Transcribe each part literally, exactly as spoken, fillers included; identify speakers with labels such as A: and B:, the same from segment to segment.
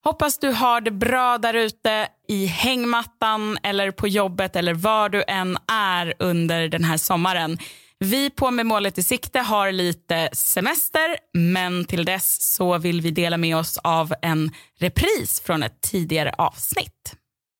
A: Hoppas du har det bra där ute i hängmattan eller på jobbet eller var du än är under den här sommaren. Vi på Med målet i sikte har lite semester, men till dess så vill vi dela med oss av en repris från ett tidigare avsnitt.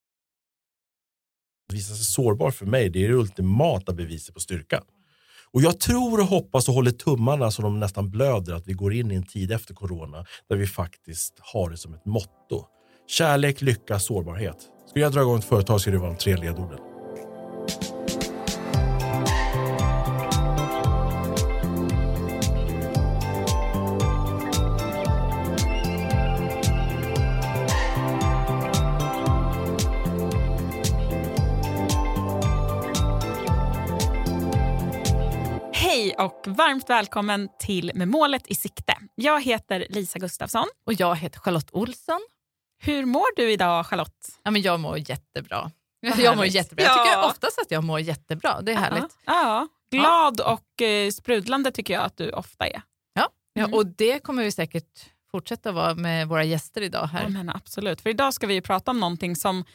B: Visa sig sårbar för mig, det är det ultimata beviset på styrka. Och jag tror och hoppas och håller tummarna så de nästan blöder att vi går in i en tid efter corona där vi faktiskt har det som ett motto. Kärlek, lycka, sårbarhet. Ska jag dra igång ett företag så är det vara de tre ledorden.
A: Hej och varmt välkommen till Med målet i sikte. Jag heter Lisa Gustafsson.
C: Och jag heter Charlotte Olsson.
A: Hur mår du idag, Charlotte?
C: Ja, men jag mår jättebra. Jag mår jättebra. Jag tycker oftast att jag mår jättebra. Det är härligt. Uh-huh.
A: Ja, glad och eh, sprudlande tycker jag att du ofta är.
C: Ja, ja
A: Mm.
C: och det kommer vi säkert fortsätta vara med våra gäster idag här.
A: Ja, men absolut. För idag ska vi ju prata om någonting som,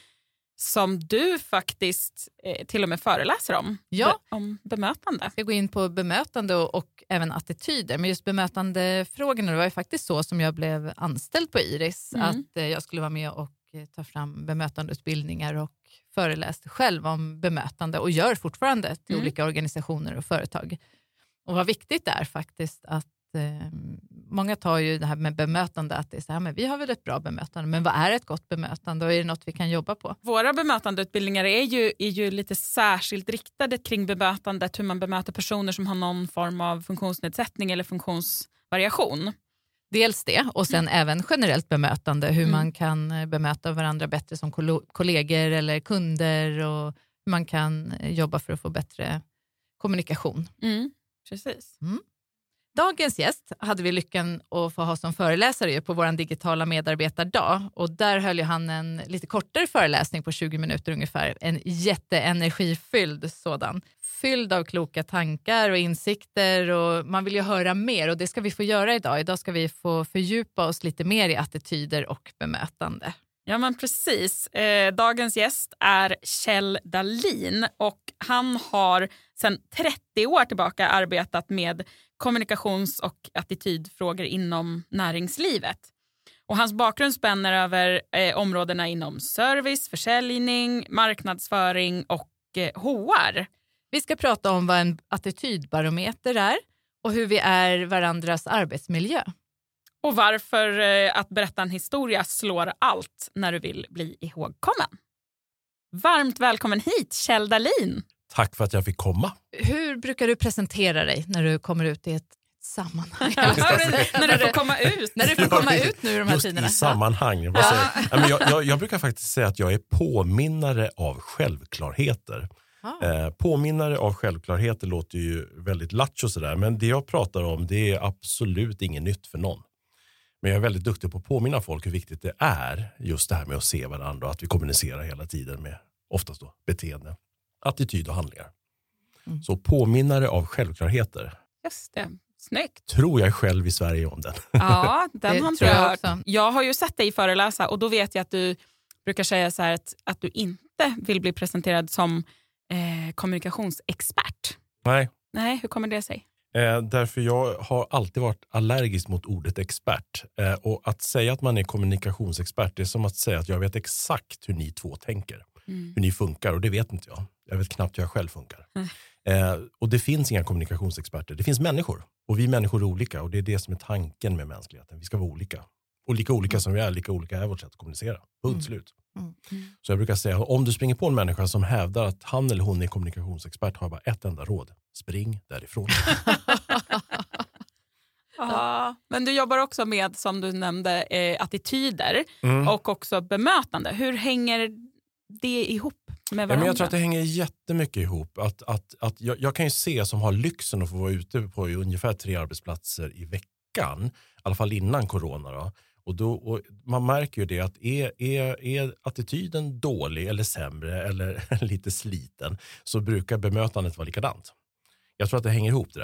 A: som du faktiskt eh, till och med föreläser om.
C: Ja.
A: Be- om bemötande.
C: Jag ska gå in på bemötande och, och även attityder. Men just bemötandefrågorna, det var ju faktiskt så som jag blev anställd på Iris.
A: Mm.
C: Att eh, jag skulle vara med och eh, ta fram bemötandeutbildningar och föreläste själv om bemötande. Och gör fortfarande till
A: Mm.
C: olika organisationer och företag. Och vad viktigt är faktiskt att eh, många tar ju det här med bemötande. Att det är så här, men vi har väl ett bra bemötande. Men vad är ett gott bemötande och är det något vi kan jobba på?
A: Våra bemötandeutbildningar är ju, är ju lite särskilt riktade kring bemötandet. Hur man bemöter personer som har någon form av funktionsnedsättning eller funktionsvariation.
C: Dels det och sen mm. även generellt bemötande. Hur
A: Mm.
C: man kan bemöta varandra bättre som kollo- kollegor eller kunder. Och hur man kan jobba för att få bättre kommunikation.
A: Mm. Precis.
C: Mm. Dagens gäst hade vi lyckan att få ha som föreläsare på vår digitala medarbetardag. Och där höll ju han en lite kortare föreläsning på tjugo minuter ungefär. En jätteenergifylld sådan. Fylld av kloka tankar och insikter och man vill ju höra mer och det ska vi få göra idag. Idag ska vi få fördjupa oss lite mer i attityder och bemötande.
A: Ja, men precis. Eh, dagens gäst är Kjell Dahlin och han har sedan trettio år tillbaka arbetat med kommunikations- och attitydfrågor inom näringslivet. Och hans bakgrund spänner över eh, områdena inom service, försäljning, marknadsföring och eh, H R.
C: Vi ska prata om vad en attitydbarometer är och hur vi är varandras arbetsmiljö.
A: Och varför eh, att berätta en historia slår allt när du vill bli ihågkommen. Varmt välkommen hit, Kjell Dahlin.
B: Tack för att jag fick komma.
C: Hur brukar du presentera dig när du kommer ut i ett sammanhang?
A: när du får komma ut.
C: När du får komma ut nu i de här
B: Just
C: tiderna.
B: i sammanhang. Vad säger jag? Nej, men jag, jag, jag brukar faktiskt säga att jag är påminnare av självklarheter.
C: Ah.
B: Eh, påminnare av självklarheter låter ju väldigt lattjo sådär. Men det jag pratar om, det är absolut inget nytt för någon. Men jag är väldigt duktig på att påminna folk hur viktigt det är just det här med att se varandra och att vi kommunicerar hela tiden med oftast då beteende, attityd och handlingar. Mm. Så påminnare av självklarheter.
A: Just det, snyggt.
B: Tror jag själv i Sverige om den.
A: Ja, den
C: det
A: har
C: tror jag
A: också. Jag har ju sett dig föreläsa och då vet jag att du brukar säga så här att, att du inte vill bli presenterad som eh, kommunikationsexpert.
B: Nej.
A: Nej, hur kommer det sig?
B: Eh, därför jag har alltid varit allergisk mot ordet expert. Eh, och att säga att man är kommunikationsexpert är som att säga att jag vet exakt hur ni två tänker. Mm. Hur ni funkar och det vet inte jag. Jag vet knappt hur jag själv funkar. Mm. Eh, och det finns inga kommunikationsexperter. Det finns människor. Och vi människor är olika. Och det är det som är tanken med mänskligheten. Vi ska vara olika. Och lika olika mm. som vi är, lika olika är vårt sätt att kommunicera. Punkt mm. slut. Mm. Mm. Så jag brukar säga, om du springer på en människa som hävdar att han eller hon är kommunikationsexpert har jag bara ett enda råd. Spring därifrån.
A: Ja, men du jobbar också med, som du nämnde, eh, attityder mm. och också bemötande. Hur hänger det ihop med varandra?
B: Ja, men jag tror att det hänger jättemycket ihop. Att, att, att jag, jag kan ju se som har lyxen att få vara ute på ungefär tre arbetsplatser i veckan. I alla fall innan corona då. Och, då, och man märker ju det att är, är, är attityden dålig eller sämre eller lite sliten så brukar bemötandet vara likadant. Jag tror att det hänger ihop det där.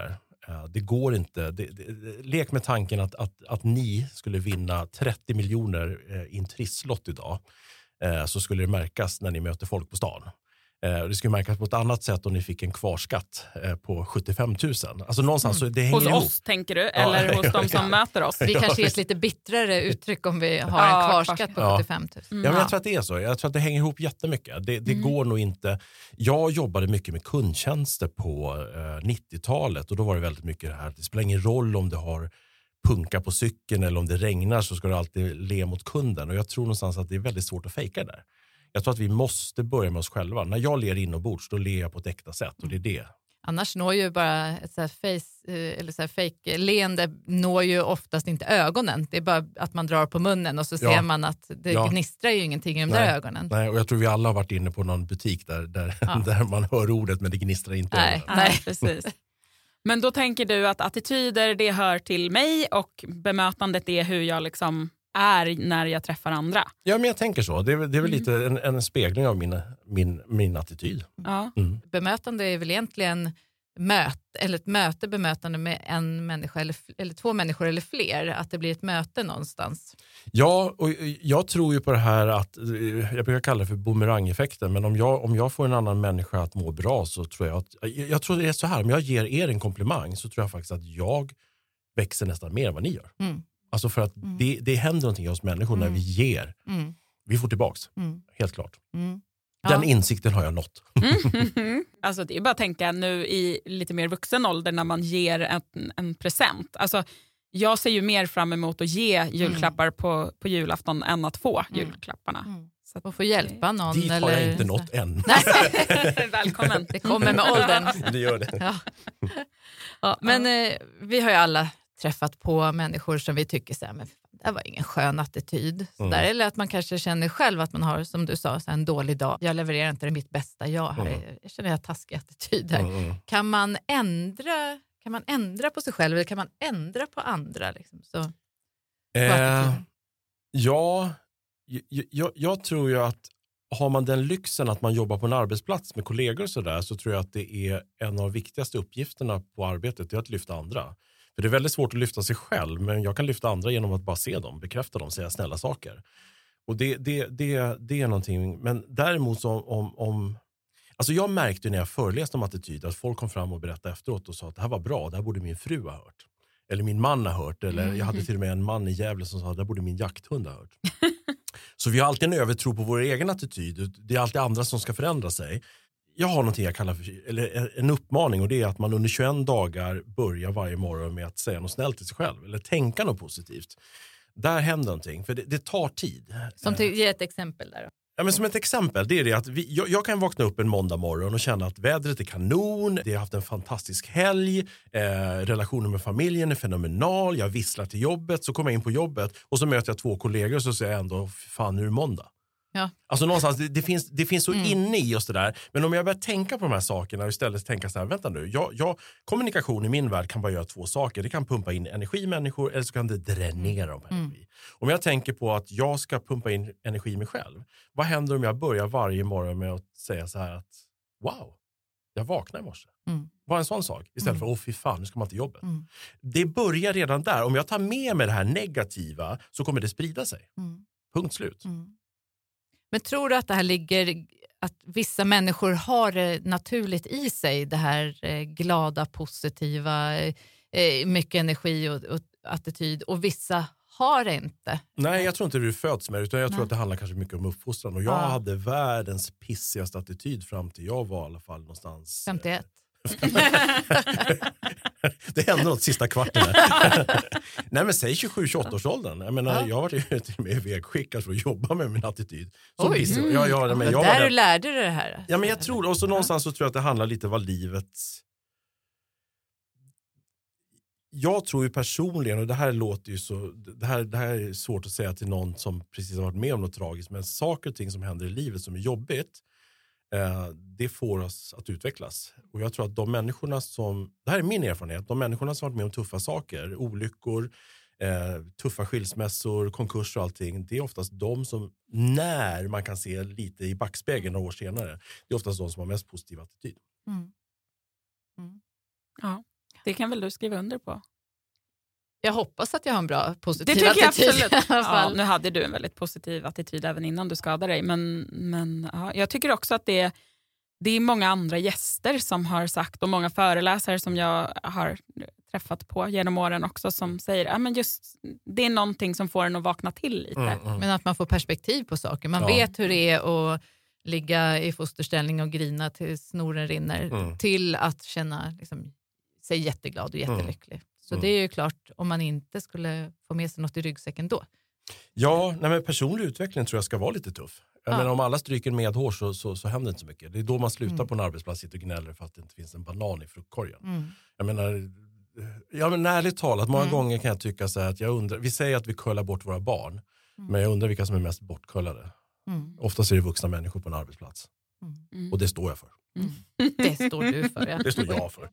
B: Det går inte. Det, det, lek med tanken att, att, att ni skulle vinna trettio miljoner i en trisslott idag. Så skulle det märkas när ni möter folk på stan. Det skulle märkas på ett annat sätt om ni fick en kvarskatt på sjuttiofem tusen. Alltså någonstans mm. så det hänger
A: hos
B: ihop.
A: Oss tänker du? Eller ja, hos de som ja. möter oss?
C: Vi kanske ger ett lite bittrare uttryck om vi har ja, en kvarskatt på ja. sjuttiofem tusen.
B: Ja, men jag tror att det är så. Jag tror att det hänger ihop jättemycket. Det, det mm. går nog inte. Jag jobbade mycket med kundtjänster på eh, nittiotalet och då var det väldigt mycket det här. Det spelar ingen roll om det har punka på cykeln eller om det regnar så ska du alltid le mot kunden. Och jag tror någonstans att det är väldigt svårt att fejka det där. Jag tror att vi måste börja med oss själva. När jag ler inombords, då ler jag på ett äkta sätt. Och det är det.
C: Annars når ju bara ett så här face, eller så här fake leende når ju oftast inte ögonen. Det är bara att man drar på munnen och så ser ja. man att det ja. gnistrar ju ingenting i de
B: Nej.
C: där ögonen.
B: Nej, och jag tror vi alla har varit inne på någon butik där, där, ja. där man hör ordet men det gnistrar inte.
C: Nej, Nej.
A: precis. Men då tänker du att attityder, det hör till mig och bemötandet är hur jag liksom är när jag träffar andra.
B: Ja, men jag tänker så. Det är, det är väl mm. lite en, en spegling av min, min, min attityd.
C: Ja. Mm. Bemötande är väl egentligen möte, eller ett möte bemötande med en människa eller, eller två människor eller fler. Att det blir ett möte någonstans.
B: Ja, och jag tror ju på det här att, jag brukar kalla det för boomerang-effekten, men om jag, om jag får en annan människa att må bra så tror jag att, jag tror det är så här, om jag ger er en komplimang så tror jag faktiskt att jag växer nästan mer än vad ni gör. Mm. Alltså för att mm. det, det händer någonting hos människor mm. när vi ger. Mm. Vi får tillbaks, mm. helt klart. Mm. Ja. Den insikten har jag nått.
A: Mm. Alltså det är bara att tänka nu i lite mer vuxen ålder när man ger en, en present. Alltså jag ser ju mer fram emot att ge julklappar mm. på, på julafton än att få mm. julklapparna. Mm.
C: Så att och få hjälpa någon.
B: Dit har
C: eller...
B: jag inte nått än.
A: Välkommen.
C: Det kommer med åldern.
B: Det gör det.
C: Ja. Ja, men eh, vi har ju alla träffat på människor som vi tycker så här, men det var ingen skön attityd. Så mm. där, eller att man kanske känner själv att man har, som du sa, så en dålig dag. Jag levererar inte det mitt bästa jag här. Mm. Jag känner jag taskig attityd här. Mm. Kan man ändra kan man ändra på sig själv eller kan man ändra på andra? Liksom? Så,
B: eh, ja, jag, jag, jag tror ju att har man den lyxen att man jobbar på en arbetsplats med kollegor och så där, så tror jag att det är en av de viktigaste uppgifterna på arbetet är att lyfta andra. För det är väldigt svårt att lyfta sig själv, men jag kan lyfta andra genom att bara se dem, bekräfta dem, säga snälla saker. Och det, det, det, det är någonting, men däremot om, om, om alltså jag märkte när jag föreläste om attityd att folk kom fram och berättade efteråt och sa att det här var bra, det här borde min fru ha hört. Eller min man har hört, eller mm. jag hade till och med en man i Gävle som sa att det här borde min jakthund ha hört. Så vi har alltid en övertro på vår egen attityd, det är alltid andra som ska förändra sig. Jag har någonting jag kallar för, eller en uppmaning, och det är att man under tjugoett dagar börjar varje morgon med att säga något snällt till sig själv eller tänka något positivt. Där händer någonting, för det, det tar tid.
C: Som till, ge ett exempel där då.
B: Ja, men som ett exempel, det är det att vi, jag, jag kan vakna upp en måndag morgon och känna att vädret är kanon, jag har haft en fantastisk helg, eh, relationen med familjen är fenomenal, jag visslar till jobbet, så kommer jag in på jobbet och så möter jag två kollegor och så säger jag ändå, fan nu är det måndag. Ja. Alltså någonstans, det, det, finns, det finns så mm. inne i oss det där. Men om jag börjar tänka på de här sakerna och istället tänka så här, vänta nu, jag, jag, kommunikation i min värld kan bara göra två saker. Det kan pumpa in energi i människor eller så kan det dränera dem mm. energi. Om jag tänker på att jag ska pumpa in energi i mig själv, vad händer om jag börjar varje morgon med att säga så här att wow, jag vaknar i morse. Mm. Vad är en sån sak? Istället mm. för, åh fy fan, nu ska man till jobbet. Mm. Det börjar redan där. Om jag tar med mig det här negativa så kommer det sprida sig. Mm. Punkt slut. Mm.
C: Men tror du att det här ligger, att vissa människor har det naturligt i sig, det här eh, glada, positiva, eh, mycket energi och, och attityd, och vissa har det inte?
B: Nej, jag tror inte det föds med, utan jag tror Nej. att det handlar kanske mycket om uppfostran. Och jag ja. hade världens pissigaste attityd fram till jag var i alla fall någonstans...
C: femtioett.
B: Det hände något sista kvarten. Nej, men säg tjugosju tjugoåtta års åldern. Jag menar, ja. jag var ju till och med vägskickad för att jobba med min attityd. Som
C: Oj,
B: mm. ja, ja, men jag
C: där
B: var
C: du lärde dig det här.
B: Ja, men jag tror, och så någonstans så tror jag att det handlar lite om vad livet... Jag tror ju personligen, och det här låter ju så, det här, det här är svårt att säga till någon som precis har varit med om något tragiskt, men saker och ting som händer i livet som är jobbigt, eh, det får oss att utvecklas. Och jag tror att de människorna som, det här är min erfarenhet, de människorna som har varit med om tuffa saker, olyckor, eh, tuffa skilsmässor, konkurs och allting, det är oftast de som, när man kan se lite i backspegeln några år senare, det är oftast de som har mest positiv attityd.
C: Mm. Mm.
A: Ja. Det kan väl du skriva under på?
C: Jag hoppas att jag har en bra positiv
A: det tycker
C: attityd.
A: Jag absolut. Ja, nu hade du en väldigt positiv attityd även innan du skadade dig. Men, men ja, jag tycker också att det, det är många andra gäster som har sagt och många föreläsare som jag har träffat på genom åren också som säger att ja, just det är någonting som får en att vakna till lite.
B: Mm, mm.
C: Men att man får perspektiv på saker. Man
B: Ja.
C: vet hur det är att ligga i fosterställning och grina till snoren rinner
B: Mm.
C: till att känna liksom, sig jätteglad och jättelycklig. Mm. Så
B: Mm.
C: det är ju klart om man inte skulle få med sig något i ryggsäcken då.
B: Ja, nej, men personlig utveckling tror jag ska vara lite tuff. Jag
C: Ja.
B: menar, om alla stryker med hår så, så, så händer inte så mycket. Det är då man slutar
C: Mm.
B: på en arbetsplats och gnäller för att det inte finns en banan i fruktkorgen.
C: Mm.
B: Jag menar, ja, men ärligt talat, många
C: Mm.
B: gånger kan jag tycka så här att jag undrar, vi säger att vi kullar bort våra barn,
C: Mm.
B: men jag undrar vilka som är mest bortkullade.
C: Mm.
B: Oftast är det vuxna människor på en arbetsplats.
A: Mm.
B: Och det står jag för.
C: Det står du för. Ja.
B: Det står jag för.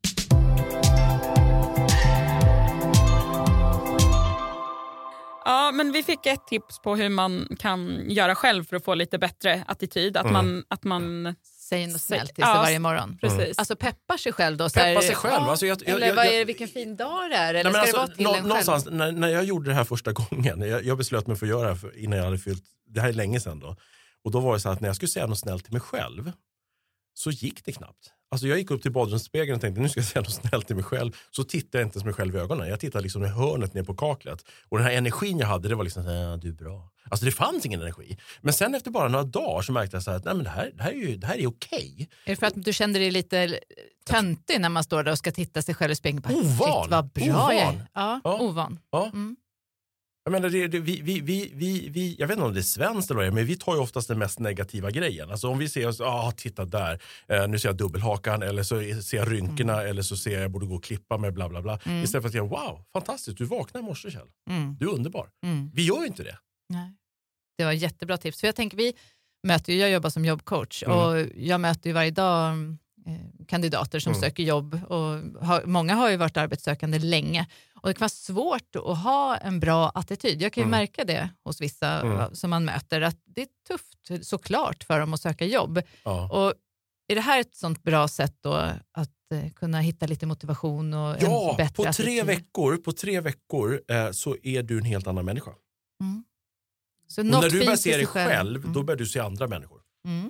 A: Ja, men vi fick ett tips på hur man kan göra själv för att få lite bättre attityd. Att
B: Mm.
A: man... Att man
C: Säg något
A: Säg-
C: snällt till sig
A: ja,
C: varje morgon.
A: precis.
C: Alltså peppar sig själv då. Så
B: Peppa
C: här,
B: sig själv.
C: ja,
B: Alltså, jag, jag,
C: eller
B: jag,
C: vad
B: jag,
C: är det, vilken fin dag det är? Eller
B: Nej, men
C: ska
B: alltså,
C: det vara till
B: nå-
C: en
B: någonstans,
C: själv?
B: när, när jag gjorde det här första gången, jag, jag beslöt mig för att göra det här för, innan jag hade fyllt, det här är länge sedan då. Och då var det så att när jag skulle säga något snällt till mig själv så gick det knappt. Alltså jag gick upp till badrumsspegeln och tänkte nu ska jag säga något snällt till mig själv. Så tittade jag inte ens mig själv i ögonen. Jag tittade liksom i hörnet ner på kaklet. Och den här energin jag hade, det var liksom så här, du är bra. Alltså det fanns ingen energi. Men sen efter bara några dagar så märkte jag så här att nej, men det här, det här är ju det här är okej.
C: Är det för att du kände dig lite töntig när man står där och ska titta sig själv i spegeln? Bara,
B: Ovan.
C: Shit, vad bra jag är.
B: Ovan.
C: Ja,
B: Ja.
C: ovan.
B: Ja.
C: Mm.
B: Jag menar, det, det, vi, vi, vi, vi, vi, jag vet inte om det är svenskt eller vad det är, men vi tar ju oftast den mest negativa grejen. Alltså om vi ser oss, ah, titta där, eh, nu ser jag dubbelhakan, eller så ser jag rynkorna, mm. eller så ser jag, jag borde gå och klippa med bla bla bla.
C: Mm.
B: Istället för att säga, wow, fantastiskt, du vaknade i morse, Kjell.
C: Mm.
B: Du är underbar.
C: Mm.
B: Vi gör ju inte det.
C: Nej. Det var jättebra tips. För jag tänker, vi möter ju, jag jobbar som jobbcoach
B: Mm.
C: och jag möter ju varje dag eh, kandidater som
B: Mm.
C: söker jobb och har, många har ju varit arbetssökande länge. Och det kan vara svårt att ha en bra attityd. Jag kan ju
B: Mm.
C: märka det hos vissa
B: Mm.
C: som man möter, att det är tufft såklart för dem att söka jobb.
B: Ja.
C: Och är det här ett sånt bra sätt då att eh, kunna hitta lite motivation och
B: Ja,
C: en bättre
B: på tre
C: attityd?
B: veckor, på tre veckor eh, så är du en helt annan människa.
C: Mm. Så
B: Och
C: något
B: när du
C: fint
B: börjar
C: i
B: se
C: sig
B: dig själv,
C: Mm.
B: då börjar du se andra människor.
C: Mm.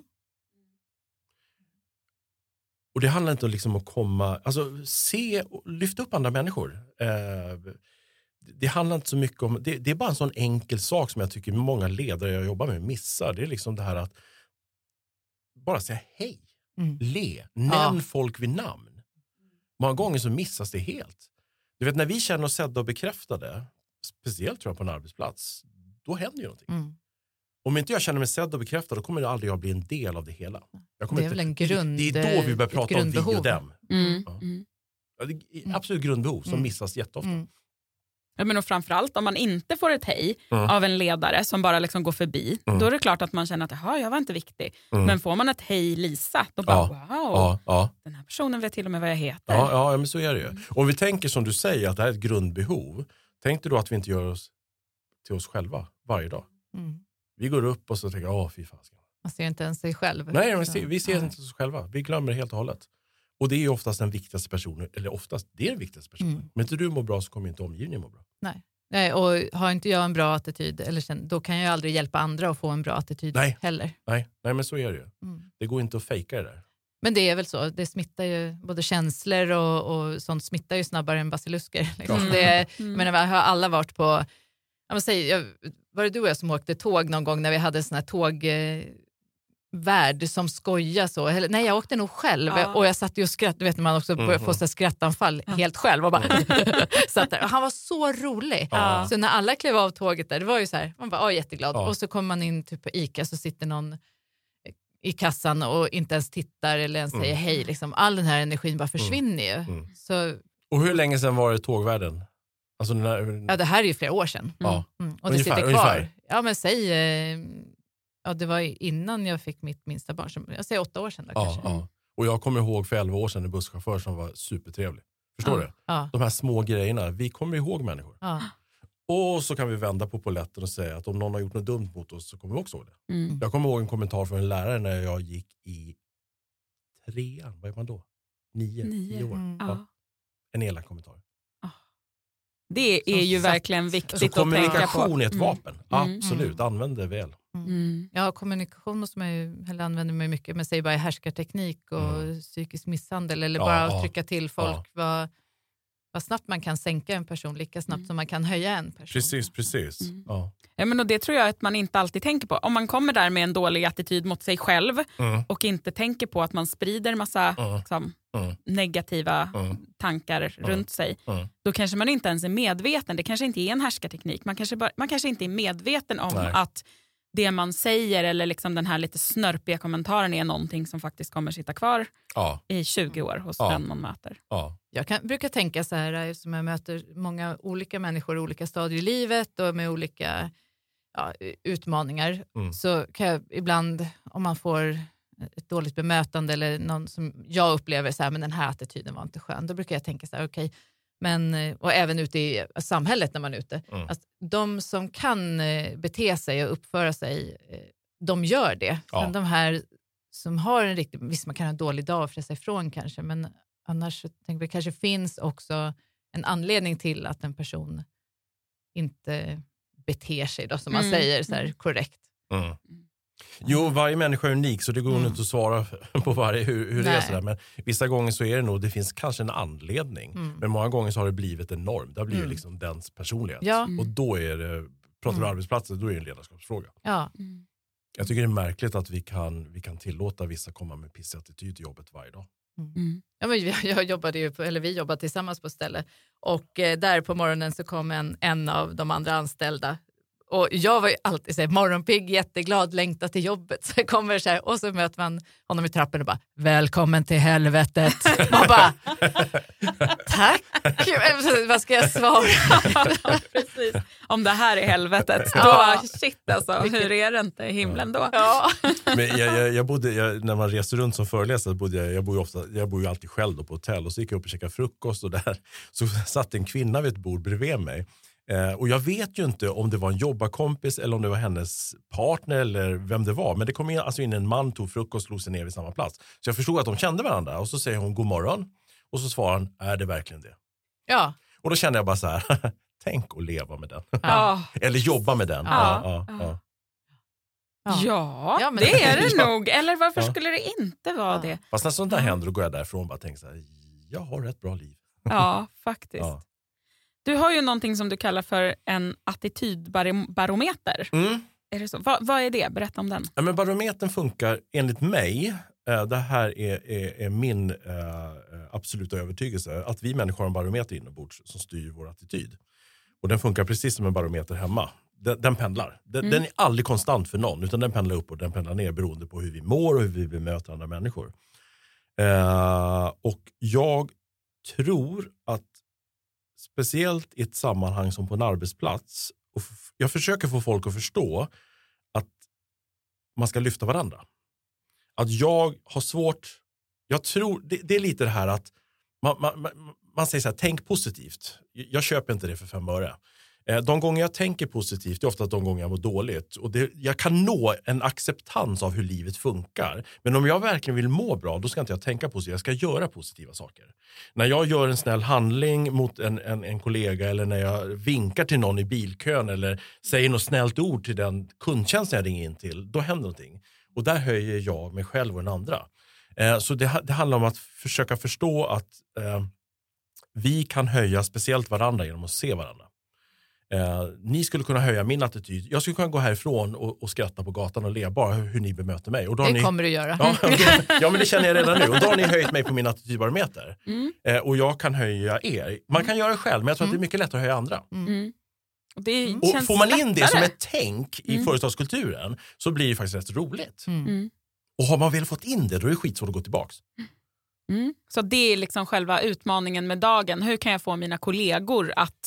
B: Och det handlar inte om liksom att komma, alltså se och lyfta upp andra människor. Eh, det handlar inte så mycket om, det, det är bara en sån enkel sak som jag tycker många ledare jag jobbar med missar. Det är liksom det här att bara säga hej,
C: Mm.
B: le, nämn
C: Ja.
B: folk vid namn. Många gånger så missas det helt. Du vet, när vi känner oss sedda och bekräftade, speciellt tror jag på en arbetsplats, då händer ju någonting.
C: Mm.
B: Om inte jag känner mig sedd och bekräftad, då kommer jag aldrig att bli en del av det hela. Jag kommer
C: Det är väl en
B: inte,
C: grund-
B: det är då vi börjar
C: ett
B: prata om vi
C: grundbehov.
B: och dem.
A: Mm.
B: Ja.
A: Mm.
B: Ja, det är absolut grundbehov som
C: Mm.
B: missas jätteofta.
C: Mm.
A: Ja, men och framförallt om man inte får ett hej
B: Mm.
A: av en ledare som bara liksom går förbi,
B: Mm.
A: då är det klart att man känner att jaha, jag var inte viktig.
B: Mm.
A: Men får man ett hej Lisa, då bara
B: Ja.
A: wow,
B: Ja, ja,
A: den här personen vet till och med vad jag heter.
B: ja, ja, men så är det ju. Om vi tänker som du säger att det här är ett grundbehov, tänk dig då att vi inte gör oss till oss själva varje dag.
C: Mm.
B: Vi går upp och så tänker åh fy fan.
C: Man ser inte ens sig själv.
B: Nej, men
C: Så,
B: se- vi ser
C: nej.
B: inte oss själva. Vi glömmer det helt och hållet. Och det är ju oftast den viktigaste personen, eller oftast det är den viktigaste personen.
C: Mm.
B: Men inte du mår bra så kommer inte omgivningen må bra.
C: Nej, och har inte jag en bra attityd, eller sen, då kan jag aldrig hjälpa andra att få en bra attityd
B: Nej.
C: heller.
B: Nej, nej men så är det ju.
C: Mm.
B: Det går inte att fejka det där.
C: Men det är väl så, det smittar ju både känslor och, och sånt smittar ju snabbare än basilusker. Liksom.
A: Mm.
C: Det,
A: Mm.
C: men har alla varit på, jag måste säga, jag, var det du och jag som åkte tåg någon gång när vi hade sån här tåg eh, värld som skojar så. Eller, nej, jag åkte nog själv
A: Ja.
C: och jag satt ju och skrattade, du vet när man också börjar få så här skrattanfall helt själv och bara satt där. Och han var så rolig.
B: Ja.
C: Så när alla klev av tåget där, det var ju så här, man var oh, jätteglad.
B: Ja.
C: Och så kommer man in typ på Ica så sitter någon i kassan och inte ens tittar eller ens
B: Mm.
C: säger hej. Liksom. All den här energin bara försvinner ju.
B: Mm.
C: Så,
B: Och hur länge sedan var det tågvärden? Alltså när,
C: ja, det här är ju flera år sedan.
B: ja.
C: Mm. Och det
B: Ungefär,
C: sitter kvar.
B: ungefär.
C: Ja, men säg, eh, ja, det var innan jag fick mitt minsta barn. Som, jag säger åtta år sedan då
B: Ja,
C: kanske.
B: ja. Och jag kommer ihåg för elva år sedan en busschaufför som var supertrevlig. Förstår
C: Ja.
B: du?
C: Ja,
B: De här små grejerna, vi kommer ihåg människor.
C: ja.
B: Och så kan vi vända på poletten och säga att om någon har gjort något dumt mot oss så kommer vi också ihåg det.
A: Mm.
B: Jag kommer ihåg en kommentar från en lärare när jag gick i trean. Vad är man då? Nio,
A: Nio.
B: tio år.
C: Mm.
A: Ja.
B: en elak kommentar.
A: Det är
C: Som
A: ju
C: satt.
A: verkligen viktigt
B: Så
A: att tänka på.
B: kommunikation är ett
A: Mm.
B: vapen.
A: Mm.
B: Absolut, använd det väl.
A: Mm.
C: Ja, kommunikation som jag eller använder mig mycket, men säg bara härskarteknik och
B: Mm.
C: psykisk misshandel eller
B: Ja,
C: bara
B: ja.
C: att trycka till folk.
B: Ja.
C: Vad, vad snabbt man kan sänka en person, lika snabbt
A: Mm.
C: som man kan höja en person.
B: Precis, precis.
A: Mm.
B: Ja.
A: Ja, men och det tror jag att man inte alltid tänker på. Om man kommer där med en dålig attityd mot sig själv
B: Mm.
A: och inte tänker på att man sprider massa
B: Mm.
A: liksom,
B: Mm.
A: negativa
B: Mm.
A: tankar runt sig,
B: Mm.
A: då kanske man inte ens är medveten. Det kanske inte är en härskarteknik. Man kanske, bara, man kanske inte är medveten om
B: Nej.
A: att det man säger eller liksom den här lite snörpiga kommentaren är någonting som faktiskt kommer sitta kvar
B: Ja.
A: i tjugo år hos
B: Ja.
A: den man möter.
B: Ja.
C: Jag kan, brukar tänka så här, som jag möter många olika människor i olika stadier i livet och med olika ja, utmaningar,
B: Mm.
C: så kan jag ibland, om man får ett dåligt bemötande eller någon som jag upplever så här, men den här attityden var inte skön, då brukar jag tänka så här, okej, men, och även ute i samhället när man är ute,
B: Mm.
C: att de som kan eh, bete sig och uppföra sig, eh, de gör det.
B: Ja.
C: Men de här som har en riktig, visst man kan ha en dålig dag och frälsa ifrån kanske, men annars så tänker jag det kanske finns också en anledning till att en person inte beter sig då, som man
A: Mm.
C: säger så här, korrekt.
B: Mm. Jo, varje människa är unik så det går
C: Mm.
B: inte att svara på varje hur, hur det är
C: Nej.
B: sådär. Men vissa gånger så är det nog, det finns kanske en anledning.
C: Mm.
B: Men många gånger så har det blivit en norm. Det har blivit
C: Mm.
B: liksom dens personlighet.
C: Ja.
A: Mm.
B: Och då är det, pratar vi
C: Mm.
B: arbetsplatser, då är det en ledarskapsfråga.
C: Ja.
A: Mm.
B: Jag tycker det är märkligt att vi kan, vi kan tillåta vissa komma med pissig attityd till jobbet varje dag.
A: Mm.
C: Ja, men jag, jag jobbade ju på, eller vi jobbade tillsammans på ställe och eh, där på morgonen så kom en, en av de andra anställda och jag var ju alltid så här, morgonpigg, jätteglad, längta till jobbet. Så jag kommer så här, och så möter man honom i trappen och bara, välkommen till helvetet. Man bara, tack. Vad ska jag svara?
A: Precis. Om det här är helvetet,
C: Ja.
A: då shit alltså, hur är det inte i himlen då?
C: Ja.
B: Men jag, jag, jag bodde, jag, när man reser runt som föreläsare bodde jag, jag bor ju ofta, jag bor ju alltid själv då på hotell och så gick jag upp och käkade frukost och där så satt en kvinna vid ett bord bredvid mig. Eh, och jag vet ju inte om det var en jobbarkompis eller om det var hennes partner eller vem det var. Men det kom in, alltså in en man, tog frukost och slog sig ner vid samma plats. Så jag förstod att de kände varandra och så säger hon god morgon. Och så svarar han, är det verkligen det?
C: Ja.
B: Och då kände jag bara så här, tänk att leva med den.
A: Ja.
B: Eller jobba med den.
A: Ja.
B: Ja, ja, ja.
C: Ja.
A: Ja,
C: Ja, men-
A: det är det
B: Ja.
A: nog. Eller varför
B: Ja.
A: skulle det inte vara
C: Ja.
A: det?
B: Fast när sånt där händer då går jag därifrån och bara tänker så här, jag har rätt bra liv.
A: Ja, faktiskt.
B: Ja.
A: Du har ju någonting som du kallar för en attitydbarometer.
B: Mm.
A: Är det så? Va, vad är det? Berätta om den.
B: Ja, men barometern funkar enligt mig, eh, det här är, är, är min eh, absoluta övertygelse, att vi människor har en barometer inombords som styr vår attityd. Och den funkar precis som en barometer hemma. Den, den pendlar. Den,
A: Mm.
B: den är aldrig konstant för någon, utan den pendlar upp och den pendlar ner beroende på hur vi mår och hur vi bemöter andra människor. Eh, och jag tror att speciellt i ett sammanhang som på en arbetsplats, och f- jag försöker få folk att förstå att man ska lyfta varandra. Att jag har svårt, jag tror, det, det är lite det här att man, man, man, man säger så här, tänk positivt. Jag köper inte det för fem öre. Eh, De gånger jag tänker positivt, det är ofta de gånger jag mår dåligt. Och det, jag kan nå en acceptans av hur livet funkar. Men om jag verkligen vill må bra, då ska inte jag tänka positivt. Jag ska göra positiva saker. När jag gör en snäll handling mot en, en, en kollega, eller när jag vinkar till någon i bilkön, eller säger något snällt ord till den kundtjänsten jag ringer in till, då händer någonting. Och där höjer jag mig själv och den andra. Eh, så det, det handlar om att försöka förstå att eh, vi kan höja speciellt varandra genom att se varandra. Eh, ni skulle kunna höja min attityd. Jag skulle kunna gå härifrån och, och skratta på gatan och le bara hur, hur ni bemöter mig. Och då har
C: Det
B: ni,
C: kommer du göra.
B: ja, då, ja, men det känner jag redan nu. Och då har ni höjt mig på min attitydbarometer.
A: Mm.
B: Eh, och jag kan höja er. Man kan göra det själv, men jag tror att det är mycket lättare att höja andra.
A: Mm. Och det
B: Och
A: känns
B: får man in det
A: lättare.
B: som ett tänk i
A: Mm.
B: företagskulturen så blir det faktiskt rätt roligt.
C: Mm.
A: Mm.
B: Och har man väl fått in det, då är det skitsvårt att gå tillbaka.
A: Mm. Så det är liksom själva utmaningen med dagen. Hur kan jag få mina kollegor att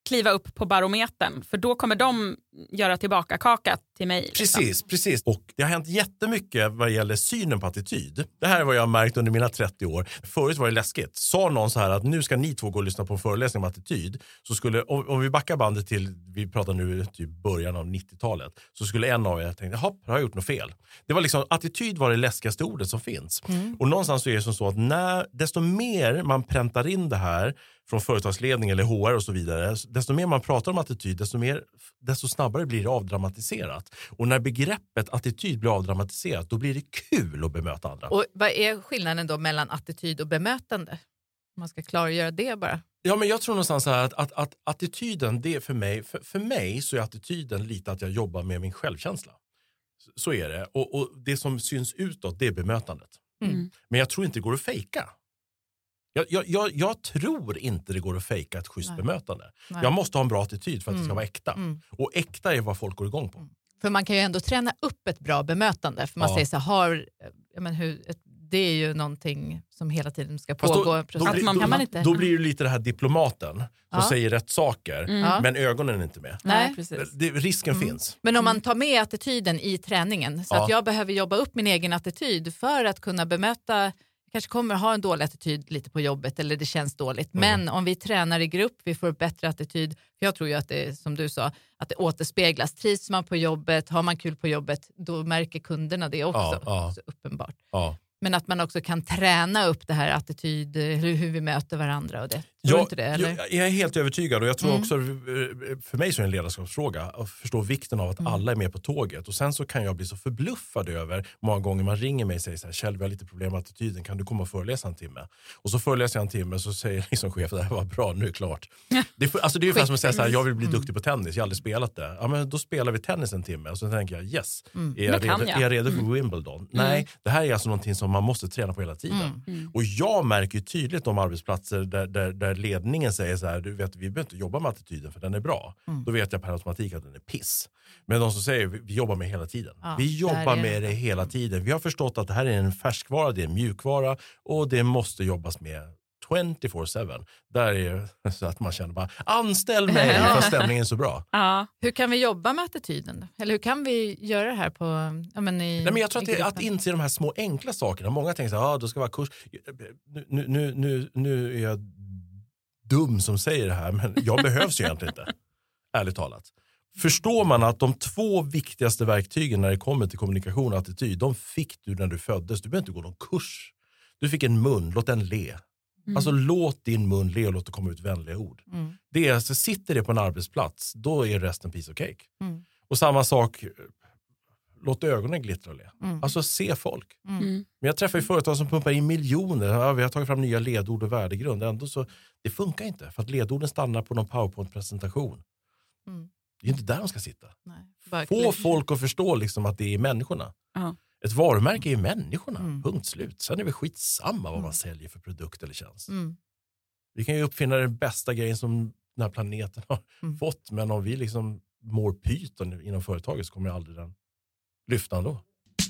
A: kliva upp på barometern, för då kommer de göra tillbaka kaka till mig. Liksom.
B: Precis, precis. Och det har hänt jättemycket vad gäller synen på attityd. Det här är vad jag har märkt under mina trettio år. Förut var det läskigt. Sa någon så här att nu ska ni två gå och lyssna på en föreläsning om attityd, så skulle, om, om vi backar bandet till, vi pratar nu typ början av nittiotalet, så skulle en av er tänka, hopp, har jag gjort något fel? Det var liksom, attityd var det läskigaste ordet som finns. Mm. Och någonstans så är det som så att när, desto mer man präntar in det här från företagsledning eller H R och så vidare, desto mer man pratar om attityd, desto, mer, desto snabbare blir det avdramatiserat. Och när begreppet attityd blir avdramatiserat, då blir det kul att bemöta andra.
C: Och vad är skillnaden då mellan attityd och bemötande? Om man ska klargöra det bara.
B: Ja, men jag tror någonstans så här att, att, att attityden, det är för mig, för, för mig så är attityden lite att jag jobbar med min självkänsla. Så, så är det. Och, och det som syns utåt, det är bemötandet. Mm. Men jag tror inte det går att fejka. Jag, jag, jag, jag tror inte det går att fejka ett schysst Nej. bemötande. Nej. Jag måste ha en bra attityd för att mm. det ska vara äkta. Mm. Och äkta är vad folk går igång på. Mm.
C: För man kan ju ändå träna upp ett bra bemötande. För man ja. säger så här, har, jag men hur, ett, det är ju någonting som hela tiden ska pågå.
B: Då, då,
C: att man,
B: då,
C: kan man inte.
B: Då blir det lite det här diplomaten som ja. säger rätt saker. Mm. Men ögonen är inte med.
C: Nej, precis.
B: Det, risken
C: mm.
B: finns.
C: Men om man tar med attityden i träningen. Så ja. att jag behöver jobba upp min egen attityd för att kunna bemöta. Kanske kommer ha en dålig attityd lite på jobbet eller det känns dåligt. Mm. Men om vi tränar i grupp, vi får bättre attityd. För jag tror ju att det är som du sa, att det återspeglas. Trivs man på jobbet, har man kul på jobbet, då märker kunderna det också. Ja, ja. Så uppenbart. Ja. Men att man också kan träna upp det här attityd, hur, hur vi möter varandra och det. Tror
B: jag,
C: inte det, eller?
B: Jag, jag är helt övertygad och jag tror mm. också, för mig så är det en ledarskapsfråga att förstå vikten av att mm. alla är med på tåget. Och sen så kan jag bli så förbluffad över många gånger man ringer mig och säger så här, Kjell, vi har lite problem med attityden, kan du komma och föreläsa en timme? Och så föreläser jag en timme och så säger liksom chefen, det här var bra, nu är det klart. Det är, alltså det är ungefär som att säga så här, jag vill bli duktig på tennis, jag har aldrig spelat det. Ja, men då spelar vi tennis en timme och så tänker jag, yes, mm. är, jag redo, jag. är jag redo för mm. Wimbledon? Mm. Nej, det här är alltså någonting som man måste träna på hela tiden. Mm. Mm. Och jag märker ju tydligt de arbetsplatser där, där, där ledningen säger så här, du vet, vi behöver inte jobba med attityden för den är bra. Mm. Då vet jag per automatik att den är piss. Men de som säger, vi, vi jobbar med hela tiden. Ja, vi jobbar med det hela tiden. Vi har förstått att det här är en färskvara, det är en mjukvara och det måste jobbas med tjugofyra sju. Där är det så att man känner bara, anställ mig för stämningen är så bra.
C: Ja. Hur kan vi jobba med attityden då? Eller hur kan vi göra det här på... Ja, men i,
B: Nej, men jag tror att, det, att inse de här små enkla sakerna. Många tänker så här, ah, då ska vara kurs. Nu, nu, nu, nu är jag dum som säger det här, men jag behövs ju egentligen inte. Ärligt talat. Förstår man att de två viktigaste verktygen när det kommer till kommunikation och attityd, de fick du när du föddes. Du behöver inte gå någon kurs. Du fick en mun, låt den le. Mm. Alltså låt din mun le och låt det komma ut vänliga ord. Mm. Det är, alltså, sitter det på en arbetsplats, då är resten piece of cake. Mm. Och samma sak, låt ögonen glittra och le. Mm. Alltså se folk. Mm. Men jag träffar ju företag som pumpar in miljoner. Ja, vi har tagit fram nya ledord och värdegrund. Ändå så, det funkar inte. För att ledorden stannar på någon PowerPoint-presentation. Mm. Det är inte där de ska sitta. Nej, få folk att förstå liksom att det är människorna. Uh-huh. Ett varumärke är ju människorna. Mm. Punkt slut. Sen är det skitsamma vad man mm. säljer för produkt eller tjänst. Mm. Vi kan ju uppfinna den bästa grejen som den här planeten har mm. fått. Men om vi liksom mår pyton inom företaget så kommer aldrig den lyfta ändå.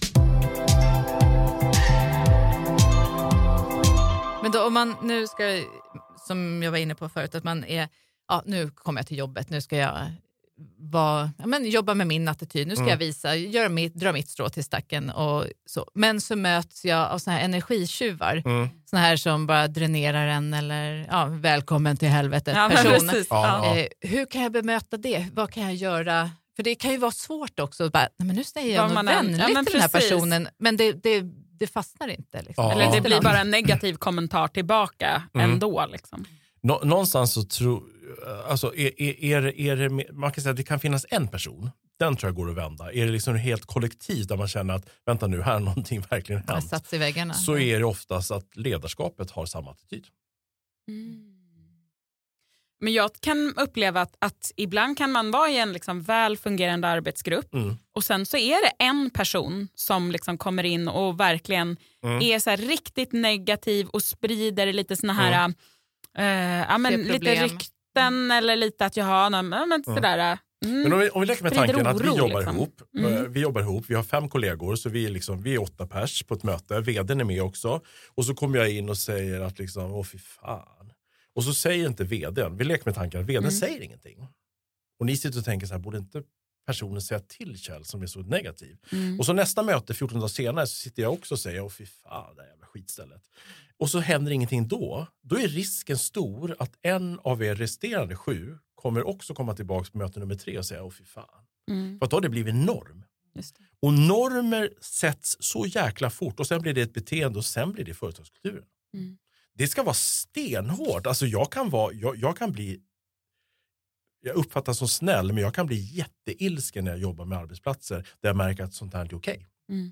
C: Men då om man nu ska, som jag var inne på förut, att man är, ja nu kommer jag till jobbet, nu ska jag var, ja, men jobba med min attityd. Nu ska mm. jag visa, göra mitt, dra mitt strå till stacken och så. Men så möts jag av såna här energitjuvar. Mm. Såna här som bara dränerar en eller ja, välkommen till helvetet ja, person. Ja, eh, hur kan jag bemöta det? Vad kan jag göra? För det kan ju vara svårt också. Bara, nej, men nu säger jag något vänligt ja, till den här personen. Men det, det, det fastnar inte. Liksom.
A: Ja. Eller det blir bara en negativ kommentar tillbaka mm. ändå. Liksom.
B: Nå, någonstans så tror alltså är, är, är det, man kan säga att det kan finnas en person, den tror jag går att vända. Är det liksom helt kollektivt där man känner att vänta nu, här har någonting verkligen hänt.
C: Satt i väggarna.
B: Så är det oftast att ledarskapet har samma attityd.
A: Mm. Men jag kan uppleva att, att ibland kan man vara i en liksom väl fungerande arbetsgrupp mm. och sen så är det en person som liksom kommer in och verkligen mm. är så här riktigt negativ och sprider lite såna här mm. Uh, ja, men lite rykten mm. eller lite att jag har någon, men sådär. Mm.
B: Men om vi, om vi leker med tanken att vi jobbar liksom. ihop, mm. vi jobbar ihop, vi har fem kollegor så vi är, liksom, vi är åtta pers på ett möte, vdn är med också och så kommer jag in och säger att liksom, åh fy fan. Och så säger inte vdn, vi leker med tankar, vdn
A: Mm.
B: säger ingenting. Och ni sitter och tänker så här, borde inte personen säga till Kjell som är så negativ?
A: Mm.
B: Och så nästa möte, fjorton dagar senare, så sitter jag också och säger, åh fy fan, det här jävla skitstället. Och så händer ingenting då. Då är risken stor att en av er resterande sju kommer också komma tillbaka på möte nummer tre och säga, åh fy fan.
A: Mm.
B: För att då har det blivit norm.
A: Just det.
B: Och normer sätts så jäkla fort och sen blir det ett beteende och sen blir det företagskulturen.
A: Mm.
B: Det ska vara stenhårt. Alltså jag kan vara, jag, jag kan bli, jag uppfattas som snäll, men jag kan bli jätteilsken när jag jobbar med arbetsplatser där jag märker att sånt här inte är okej.
A: Mm.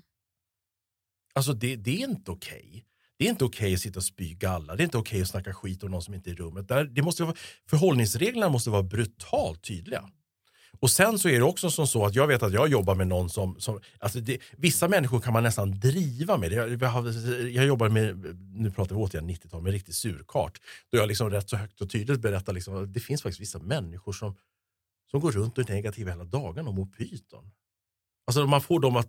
B: Alltså det, det är inte okej. Det är inte okej att sitta och spy galla. Det är inte okej att snacka skit om någon som inte är i rummet. Där, det måste vara, förhållningsreglerna måste vara brutalt tydliga. Och sen så är det också som så att jag vet att jag jobbar med någon som, som alltså det, vissa människor kan man nästan driva med. Jag, jag, jag jobbar med, nu pratar vi återigen nittiotal, med riktigt surkart. Då jag liksom rätt så högt och tydligt berättar liksom, att det finns faktiskt vissa människor som, som går runt och är negativa hela dagen om pyton. Alltså man får dem att,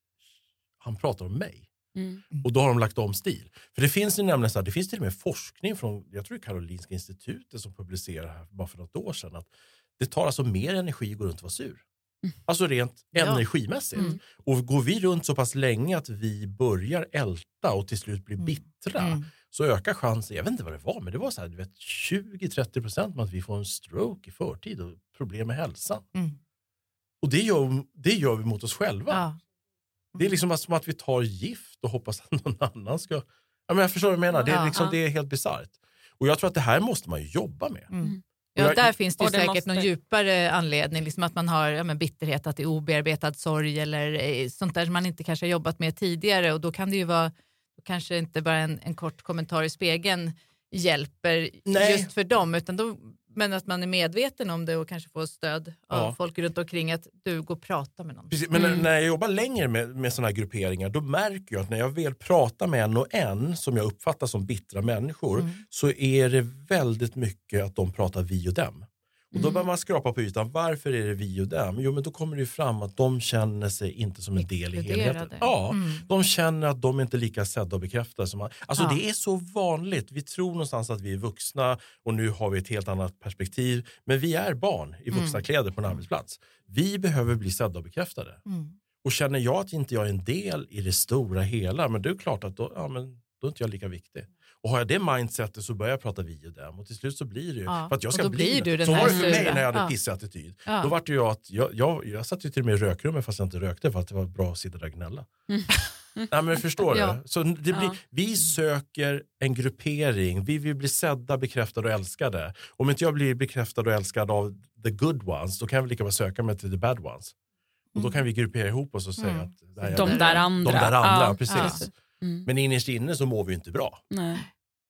B: han pratar om mig.
A: Mm.
B: Och då har de lagt om stil. För det finns ju nämligen så här, det finns till och med forskning från, jag tror det är Karolinska institutet som publicerar här bara för något år sedan, att det tar alltså mer energi att gå runt och vara sur. Mm. Alltså rent
C: ja.
B: energimässigt.
C: Mm.
B: Och går vi runt så pass länge att vi börjar älta och till slut blir bittra, mm. så ökar chansen, jag vet inte vad det var, men det var så här, du vet, tjugo till trettio procent med att vi får en stroke i förtid och problem med hälsan. Mm. Och det gör, det gör vi mot oss själva.
C: Ja. Mm.
B: Det är liksom som att vi tar gift och hoppas att någon annan ska... Ja, men jag förstår vad jag menar. Det är, liksom,
C: ja.
B: det är helt bizarrt. Och jag tror att det här måste man ju jobba med.
C: Mm. Ja, där finns det ju
A: det
C: säkert
A: måste...
C: någon djupare anledning, liksom att man har ja, men bitterhet, att det är obearbetad sorg eller eh, sånt där som man inte kanske har jobbat med tidigare, och då kan det ju vara kanske inte bara en, en kort kommentar i spegeln hjälper Nej. just för dem, utan då, men att man är medveten om det och kanske får stöd av ja. folk runt omkring, att du går och pratar med någon.
B: Precis, men mm. när jag jobbar längre med, med sådana här grupperingar, då märker jag att när jag väl pratar med en och en som jag uppfattar som bittra människor, mm. så är det väldigt mycket att de pratar vi och dem. Och då bör man skrapa på ytan. Varför är det vi och dem? Jo, men då kommer det ju fram att de känner sig inte som en del i helheten. Ja, mm. de känner att de inte är lika sedda och bekräftade som man. Alltså ja. det är så vanligt. Vi tror någonstans att vi är vuxna och nu har vi ett helt annat perspektiv. Men vi är barn i vuxna mm. kläder på en arbetsplats. Vi behöver bli sedda och bekräftade. Mm. Och känner jag att inte jag är en del i det stora hela, men det är klart att då, ja, men, då är inte jag lika viktig. Och har jag det mindsetet så börjar jag prata vi och dem. Och till slut så blir det ju.
C: Ja,
B: för att jag ska
C: och då
B: bli
C: blir du den
B: så
C: här
B: var det för mig
C: sura.
B: när jag hade
C: Ja.
B: pissattityd.
C: Ja.
B: Då var det ju att jag, jag, jag satt ju till och med i rökrummet fast jag inte rökte, för att det var bra att sitta där och gnälla. Mm. Nej, men förstår
C: ja.
B: du? Så det blir,
A: ja.
B: vi söker en gruppering. Vi vill bli sedda, bekräftade och älskade. Om inte jag blir bekräftad och älskad av the good ones, då kan vi lika väl söka mig till the bad ones. Och då kan vi gruppera ihop oss och säga
C: mm.
B: att det här är
A: de
B: det.
A: där andra.
B: De där andra,
A: ja.
B: precis.
A: Ja. Mm.
B: Men innerst inne så mår vi inte bra.
A: Nej.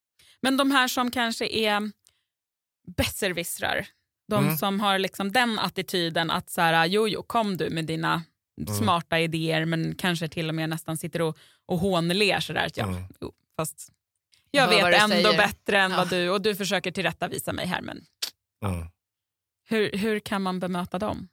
A: Men de här som kanske är besserwissrar, de mm. som har liksom den attityden att så här, jo, jo, kom du med dina mm. smarta idéer, men kanske till och med nästan sitter och, och hånler sådär att ja, mm. jo, fast jag
C: Hör
A: vet ändå
C: säger.
A: bättre än
C: ja.
A: vad du, och du försöker tillrättavisa mig här, men
B: mm.
A: hur, hur kan man bemöta dem?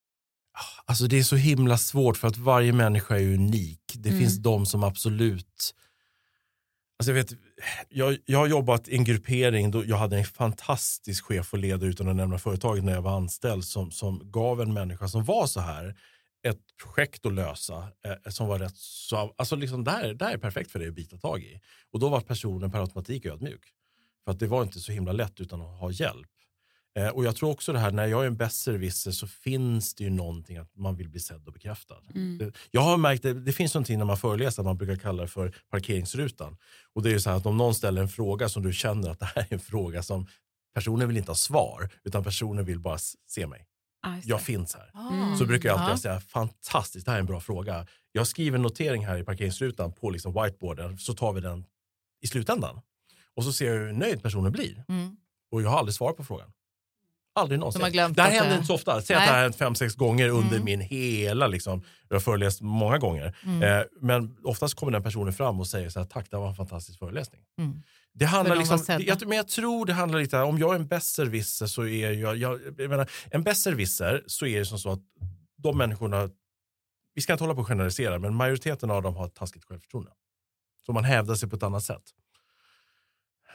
B: Alltså det är så himla svårt, för att varje människa är unik. Det
A: Mm.
B: finns de som absolut... Alltså jag, vet, jag, jag har jobbat i en gruppering då jag hade en fantastisk chef och ledare, utan att nämna företaget, när jag var anställd, som, som gav en människa som var så här ett projekt att lösa eh, som var rätt så... Alltså liksom där, där är perfekt för dig att bita tag i. Och då var personen per automatik ödmjuk. För att det var inte så himla lätt utan att ha hjälp. Eh, och jag tror också det här, när jag är en besserwisser så finns det ju någonting att man vill bli sedd och bekräftad.
A: Mm.
B: Det, jag har märkt det, det finns någonting när man föreläser att man brukar kalla det för parkeringsrutan. Och det är ju så här att om någon ställer en fråga som du känner att det här är en fråga som personen vill inte ha svar, utan personen vill bara se mig. Jag finns här.
A: Mm.
B: Så brukar jag alltid
C: Ja.
B: säga, fantastiskt, det här är en bra fråga. Jag skriver en notering här i parkeringsrutan på liksom whiteboarden, så tar vi den i slutändan. Och så ser jag hur nöjd personen blir.
C: Mm.
B: Och jag har aldrig svarat på frågan. Aldrig någonsin.
C: De har glömt
B: det här
C: att
B: händer
C: det-
B: inte så ofta. Säg att
C: Nej.
B: det här har hänt fem, sex gånger under
C: Mm.
B: min hela, liksom, jag har föreläst många gånger.
C: Mm.
B: Eh, men oftast kommer den personen fram och säger så här, tack, det var en fantastisk föreläsning.
C: Mm.
B: Det handlar
C: de var
B: liksom,
C: sedda.
B: jag, men jag tror det handlar lite, om jag är en besserwisser så är jag, jag, jag menar, en besserwisser så är det som så att de människorna, vi ska inte hålla på att generalisera, men majoriteten av dem har ett taskigt självförtroende. Så man hävdar sig på ett annat sätt.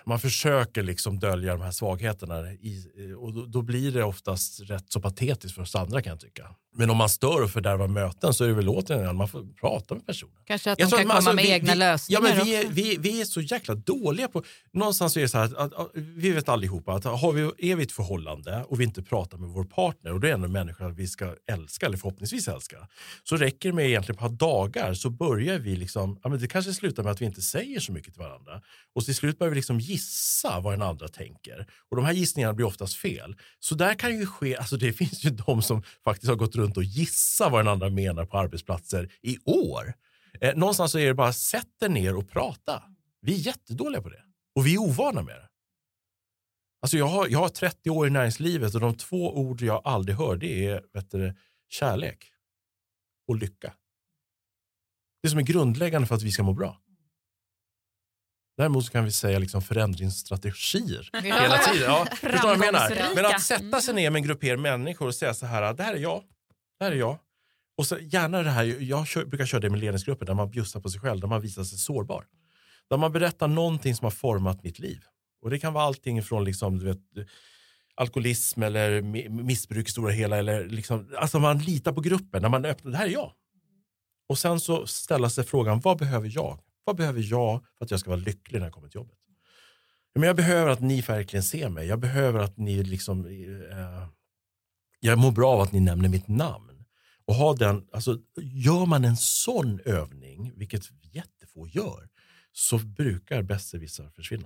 B: man försöker liksom dölja de här svagheterna i, och då, då blir det oftast rätt så patetiskt för oss andra, kan jag tycka. Men om man stör och fördärvar möten så är det väl återigen man får prata med personen.
C: Kanske att
B: jag
C: de kan
B: att,
C: komma
B: alltså,
C: med
B: vi,
C: egna
B: vi,
C: lösningar.
B: Ja, men vi är,
C: också.
B: vi, vi är så jäkla dåliga på... Någonstans är det så här att, att, att vi vet allihopa att har vi, är vi ett förhållande och vi inte pratar med vår partner och det är en människa vi ska älska eller förhoppningsvis älska, så räcker det med egentligen ett par dagar så börjar vi liksom... Ja, men det kanske slutar med att vi inte säger så mycket till varandra. Och till slut börjar vi liksom gissa vad den andra tänker. Och de här gissningarna blir oftast fel. Så där kan ju ske... Alltså det finns ju de som faktiskt har gått runt och gissat vad den andra menar på arbetsplatser i år. Eh, någonstans så är det bara sätta ner och prata. Vi är jättedåliga på det. Och vi är ovana med det. Alltså jag har, jag har trettio år i näringslivet och de två ord jag aldrig hör det är vet du, kärlek och lycka. Det som är grundläggande för att vi ska må bra. Däremot så kan vi säga liksom förändringsstrategier hela tiden. Ja, förstår du vad jag menar? Men att sätta sig ner med en grupp människor och säga så här, det här är jag, det här är jag. Och så gärna det här, jag kör, brukar köra det med ledningsgrupper där man bjussar på sig själv, där man visar sig sårbar. Där man berättar någonting som har format mitt liv. Och det kan vara allting från liksom, du vet, alkoholism eller missbruk stora hela. Eller liksom, alltså man litar på gruppen, när man öppnar, det här är jag. Och sen så ställer sig frågan, vad behöver jag? Vad behöver jag för att jag ska vara lycklig när jag kommer till jobbet? Men jag behöver att ni verkligen ser mig. Jag behöver att ni liksom... Eh, jag mår bra av att ni nämner mitt namn. Och ha den, alltså, gör man en sån övning, vilket jättefå gör, så brukar besserwissrar försvinna.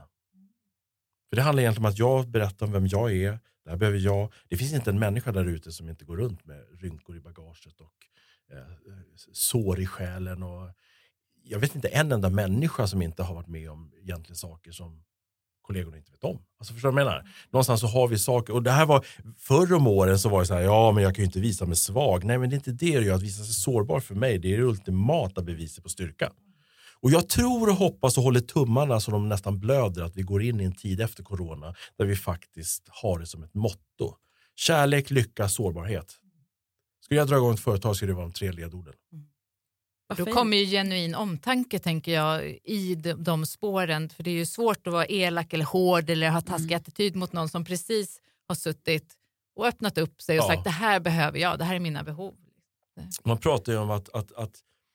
B: För det handlar egentligen om att jag berättar om vem jag är. Det här behöver jag. Det finns inte en människa där ute som inte går runt med rynkor i bagaget och eh, sår i själen. Och jag vet inte en enda människa som inte har varit med om egentligen saker som kollegorna inte vet om. Alltså förstår du vad jag menar? Någonstans så har vi saker. Och det här var, förr om åren så var det så här, ja men jag kan ju inte visa mig svag. Nej men det är inte det jag att visa sig sårbar för mig. Det är det ultimata beviset på styrka. Och jag tror och hoppas och håller tummarna så de nästan blöder att vi går in i en tid efter corona där vi faktiskt har det som ett motto. Kärlek, lycka, sårbarhet. Skulle jag dra igång ett företag så skulle det vara de tre ledorden.
C: Då kommer ju genuin omtanke, tänker jag, i de, de spåren. För det är ju svårt att vara elak eller hård eller ha taskig mm. attityd mot någon som precis har suttit och öppnat upp sig och ja. sagt, det här behöver jag, det här är mina behov.
B: Man pratar ju om att, att, att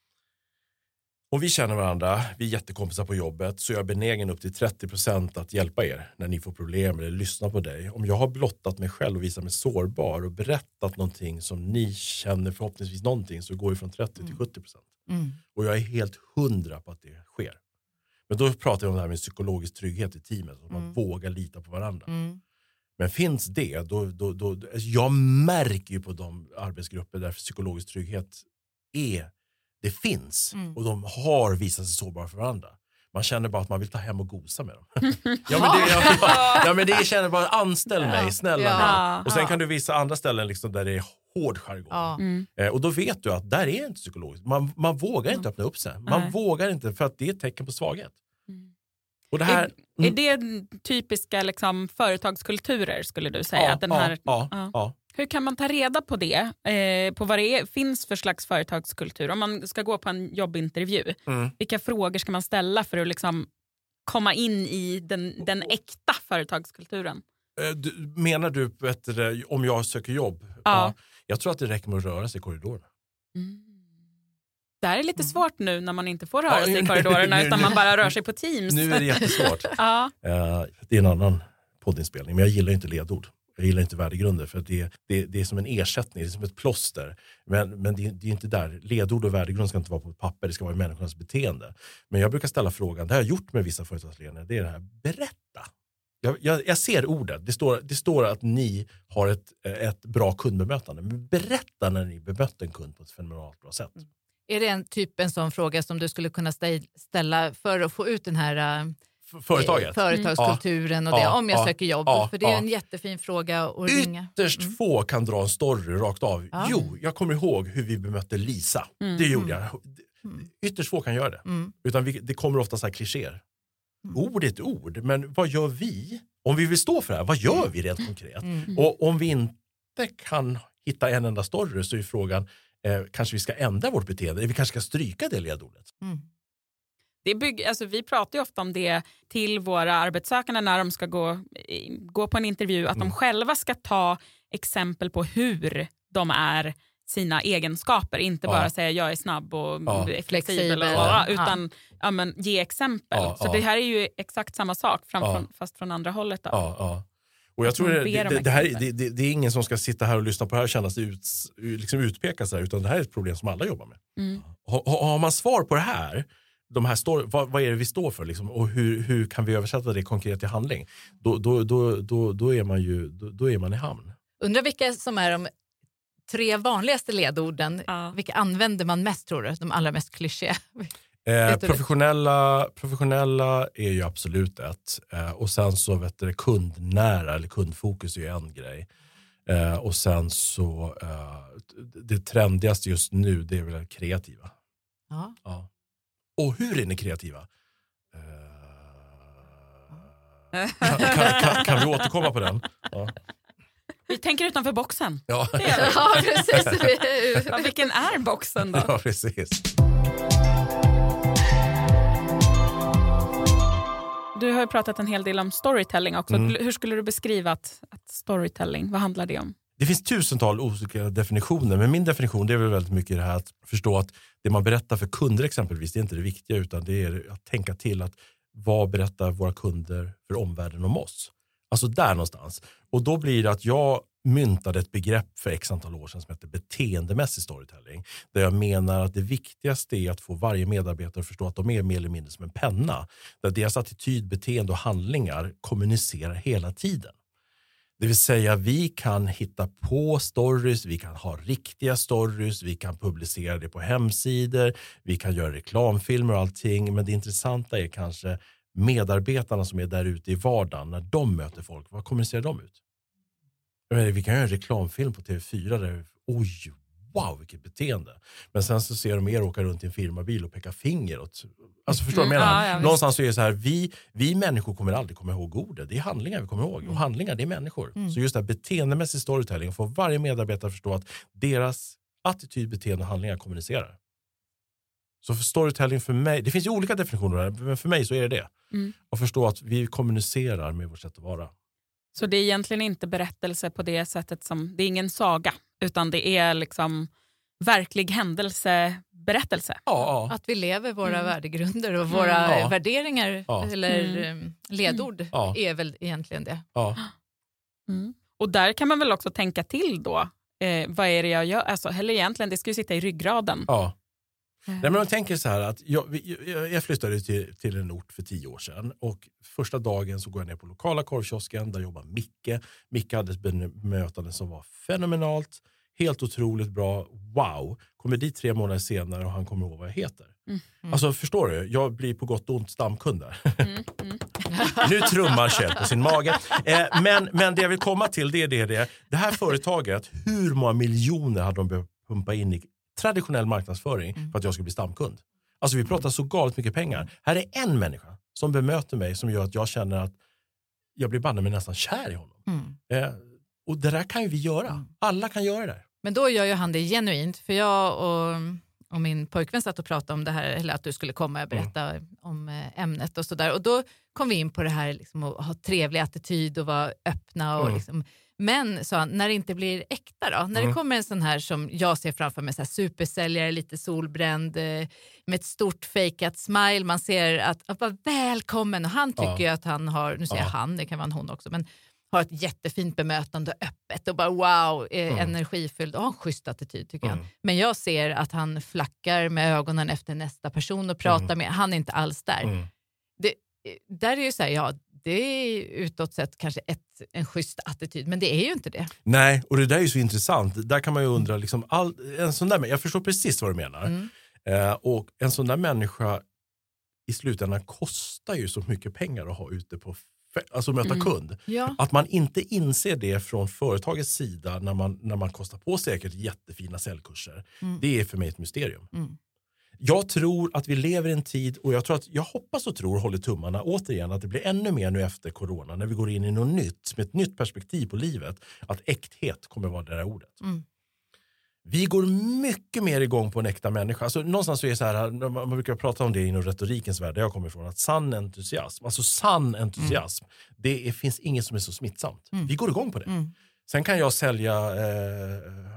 B: om vi känner varandra, vi är jättekompisar på jobbet, så är jag benägen upp till trettio procent att hjälpa er när ni får problem eller lyssna på dig. Om jag har blottat mig själv och visat mig sårbar och berättat någonting som ni känner förhoppningsvis någonting, så går det från trettio till sjuttio procent. Mm. Och jag är helt hundra på att det sker. Men då pratar vi om det här med psykologisk trygghet i teamet. Att man mm. vågar lita på varandra. Mm. Men finns det, då, då, då, jag märker ju på de arbetsgrupper där psykologisk trygghet är, det finns. Mm. Och de har visat sig sårbara för varandra. Man känner bara att man vill ta hem och gosa med dem. ja, men det, ja, ja men det känner bara, anställ mig, snälla ja. mig. Och sen kan du visa andra ställen liksom där det är hård jargong. Ja. Mm. Eh, och då vet du att där är inte psykologiskt. Man, man vågar mm. inte öppna upp sig. Man Nej. vågar inte för att det är ett tecken på svaghet. Mm. Och det här,
A: är, mm. är det typiska liksom, företagskulturer skulle du säga?
B: Ja,
A: att den här,
B: ja, ja, ja.
A: Hur kan man ta reda på det? Eh, på vad det är, finns för slags företagskultur? Om man ska gå på en jobbintervju, mm. vilka frågor ska man ställa för att liksom komma in i den, den äkta företagskulturen?
B: Eh, du, menar du bättre, om jag söker jobb? Ja. ja. Jag tror att det räcker med att röra sig i korridoren.
A: Mm. Det här är lite svårt nu när man inte får röra ja, sig i korridorerna nu, utan nu, man bara rör sig på Teams.
B: Nu är det jättesvårt. ja. eh, det är en annan poddinspelning, men jag gillar inte ledord. Jag gillar inte värdegrunder för att det, det, det är som en ersättning, det är som ett plåster. Men, men det, det är inte där. Ledord och värdegrund ska inte vara på ett papper, det ska vara i människornas beteende. Men jag brukar ställa frågan, det har jag gjort med vissa företagsledare, det är det här, berätta. Jag, jag, jag ser ordet, det står, det står att ni har ett, ett bra kundbemötande. Men berätta när ni bemötte en kund på ett fenomenalt bra sätt. Mm.
C: Är det en typ en sån fråga som du skulle kunna ställa för att få ut den här...
B: Företaget.
C: Företagskulturen och det, ja, om jag ja, söker jobb. Ja, för det är ja. en jättefin fråga att
B: Ytterst
C: ringa.
B: Ytterst mm. få kan dra en story rakt av. Ja. Jo, jag kommer ihåg hur vi bemötte Lisa. Mm. Det gjorde jag. Mm. Ytterst få kan göra det. Mm. Utan vi, det kommer ofta så här klichéer. Mm. Ord är ett ord, men vad gör vi? Om vi vill stå för det här, vad gör vi rent konkret? Mm. Och om vi inte kan hitta en enda story så är frågan, eh, kanske vi ska ändra vårt beteende. Vi kanske ska stryka det ledordet. Mm.
A: Det bygger, alltså vi pratar ju ofta om det till våra arbetssökande när de ska gå, gå på en intervju. Att mm. de själva ska ta exempel på hur de är sina egenskaper. Inte bara ja. säga jag är snabb och ja. är flexibel. Och, ja. Utan ja, men, ge exempel. Ja, Så ja. det här är ju exakt samma sak fram, ja. fast från andra hållet. Då.
B: Ja, ja. Och jag tror det, det, det, det, här, det, det, det är ingen som ska sitta här och lyssna på det här och känna sig ut, liksom utpeka sig, utan det här är ett problem som alla jobbar med. Mm. Har, har man svar på det här, de här står, vad, vad är det vi står för liksom, och hur, hur kan vi översätta det konkret till handling? Då, då, då, då, då, är man ju, då, då är man i hamn.
C: Undrar vilka som är de tre vanligaste ledorden. Ja. Vilka använder man mest, tror du? De allra mest klyschiga.
B: Eh, professionella, professionella är ju absolut ett. Eh, och sen så vet du, kundnära eller kundfokus är ju en grej. Eh, och sen så eh, det trendigaste just nu, det är väl kreativa.
C: Ja.
B: Ja. Och hur är ni kreativa? Eh, kan, kan, kan, kan vi återkomma på den? Ja.
A: Vi tänker utanför boxen.
B: Ja,
C: ja precis.
A: Ja, vilken är boxen då?
B: Ja, precis.
A: Du har ju pratat en hel del om storytelling också. Mm. Hur skulle du beskriva att, att storytelling, vad handlar det om?
B: Det finns tusentals olika definitioner, men min definition det är väl väldigt mycket det här att förstå att det man berättar för kunder exempelvis, det är inte det viktiga, utan det är att tänka till att vad berättar våra kunder för omvärlden om oss? Alltså där någonstans. Och då blir det att jag myntade ett begrepp för x antal år sedan som heter beteendemässig storytelling. Där jag menar att det viktigaste är att få varje medarbetare att förstå att de är mer eller mindre som en penna. Där deras attityd, beteende och handlingar kommunicerar hela tiden. Det vill säga vi kan hitta på stories, vi kan ha riktiga stories, vi kan publicera det på hemsidor, vi kan göra reklamfilmer och allting. Men det intressanta är kanske medarbetarna som är där ute i vardagen, när de möter folk, vad kommunicerar de ut? Vi kan göra en reklamfilm på T V fyra där, oj, wow, vilket beteende. Men sen så ser de er åka runt i en firmabil och peka finger åt, alltså förstår du vad jag menar? Ja, ja, någonstans så är det så här, vi, vi människor kommer aldrig komma ihåg ordet. Det är handlingar vi kommer ihåg. Mm. Och handlingar, det är människor. Mm. Så just det här beteendemässig storytelling får varje medarbetare förstå att deras attityd, beteende och handlingar kommunicerar. Så för storytelling för mig, det finns ju olika definitioner, men för mig så är det det. Mm. Och förstå att vi kommunicerar med vårt sätt att vara.
A: Så det är egentligen inte berättelse på det sättet som, det är ingen saga, utan det är liksom verklig händelseberättelse.
B: Ja, ja.
C: Att vi lever våra mm. värdegrunder och våra mm. värderingar ja. eller mm. ledord ja. är väl egentligen det.
B: Ja.
A: Mm. Och där kan man väl också tänka till då, eh, vad är det jag gör? Alltså, eller egentligen, det ska ju sitta i ryggraden.
B: Ja. Nej, men jag tänker så här att jag, jag, jag flyttade till, till en ort för tio år sedan och första dagen så går jag ner på lokala korvkiosken, där jobbar Micke. Micke hade ett bemötande som var fenomenalt, helt otroligt bra, wow. Kommer dit tre månader senare och han kommer ihåg vad jag heter. Mm. Mm. Alltså förstår du, jag blir på gott och ont stamkund där. Mm. Mm. Nu trummar Kjell på sin mage. Eh, men, men det jag vill komma till det är det, det. Det här företaget, hur många miljoner hade de behövt pumpa in i traditionell marknadsföring mm. för att jag ska bli stamkund. Alltså vi pratar så galet mycket pengar. Här är en människa som bemöter mig som gör att jag känner att jag blir banne mig nästan kär i honom. Mm. Eh, och det där kan ju vi göra. Mm. Alla kan göra det.
C: Men då gör ju han det genuint. För jag och, och min pojkvän satt och pratade om det här, eller att du skulle komma och berätta mm. om ämnet och sådär. Och då kom vi in på det här liksom, att ha trevlig attityd och vara öppna och mm. liksom. Men så, när det inte blir äkta då, när mm. det kommer en sån här som jag ser framför mig, så här supersäljare, lite solbränd eh, med ett stort fejkat smile, man ser att, att vara välkommen och han tycker ja. att han har, nu säger jag ja. han, det kan vara en hon också, men har ett jättefint bemötande öppet och bara wow, eh, mm. energifylld och har en schysst attityd tycker mm. han. Men jag ser att han flackar med ögonen efter nästa person och pratar mm. med, han är inte alls där. Mm. Det, där är ju så här, ja, det är utåt sett kanske ett, en schysst attityd, men det är ju inte det.
B: Nej, och det där är ju så intressant. Där kan man ju undra, liksom, all, en sån där, jag förstår precis vad du menar. Mm. Eh, och en sån där människa i slutändan kostar ju så mycket pengar att ha ute på, alltså möta mm. kund.
C: Ja.
B: Att man inte inser det från företagets sida när man, när man kostar på säkert jättefina säljkurser. Mm. Det är för mig ett mysterium. Mm. Jag tror att vi lever i en tid, och jag tror att jag hoppas och tror, håller tummarna återigen, att det blir ännu mer nu efter corona, när vi går in i något nytt, med ett nytt perspektiv på livet, att äkthet kommer vara det där ordet. Mm. Vi går mycket mer igång på en äkta människa. Alltså, någonstans så är det så här, man brukar prata om det inom retorikens värld där jag kommer ifrån, att sann entusiasm, alltså sann entusiasm, mm. det är, finns inget som är så smittsamt. Mm. Vi går igång på det. Mm. Sen kan jag sälja eh,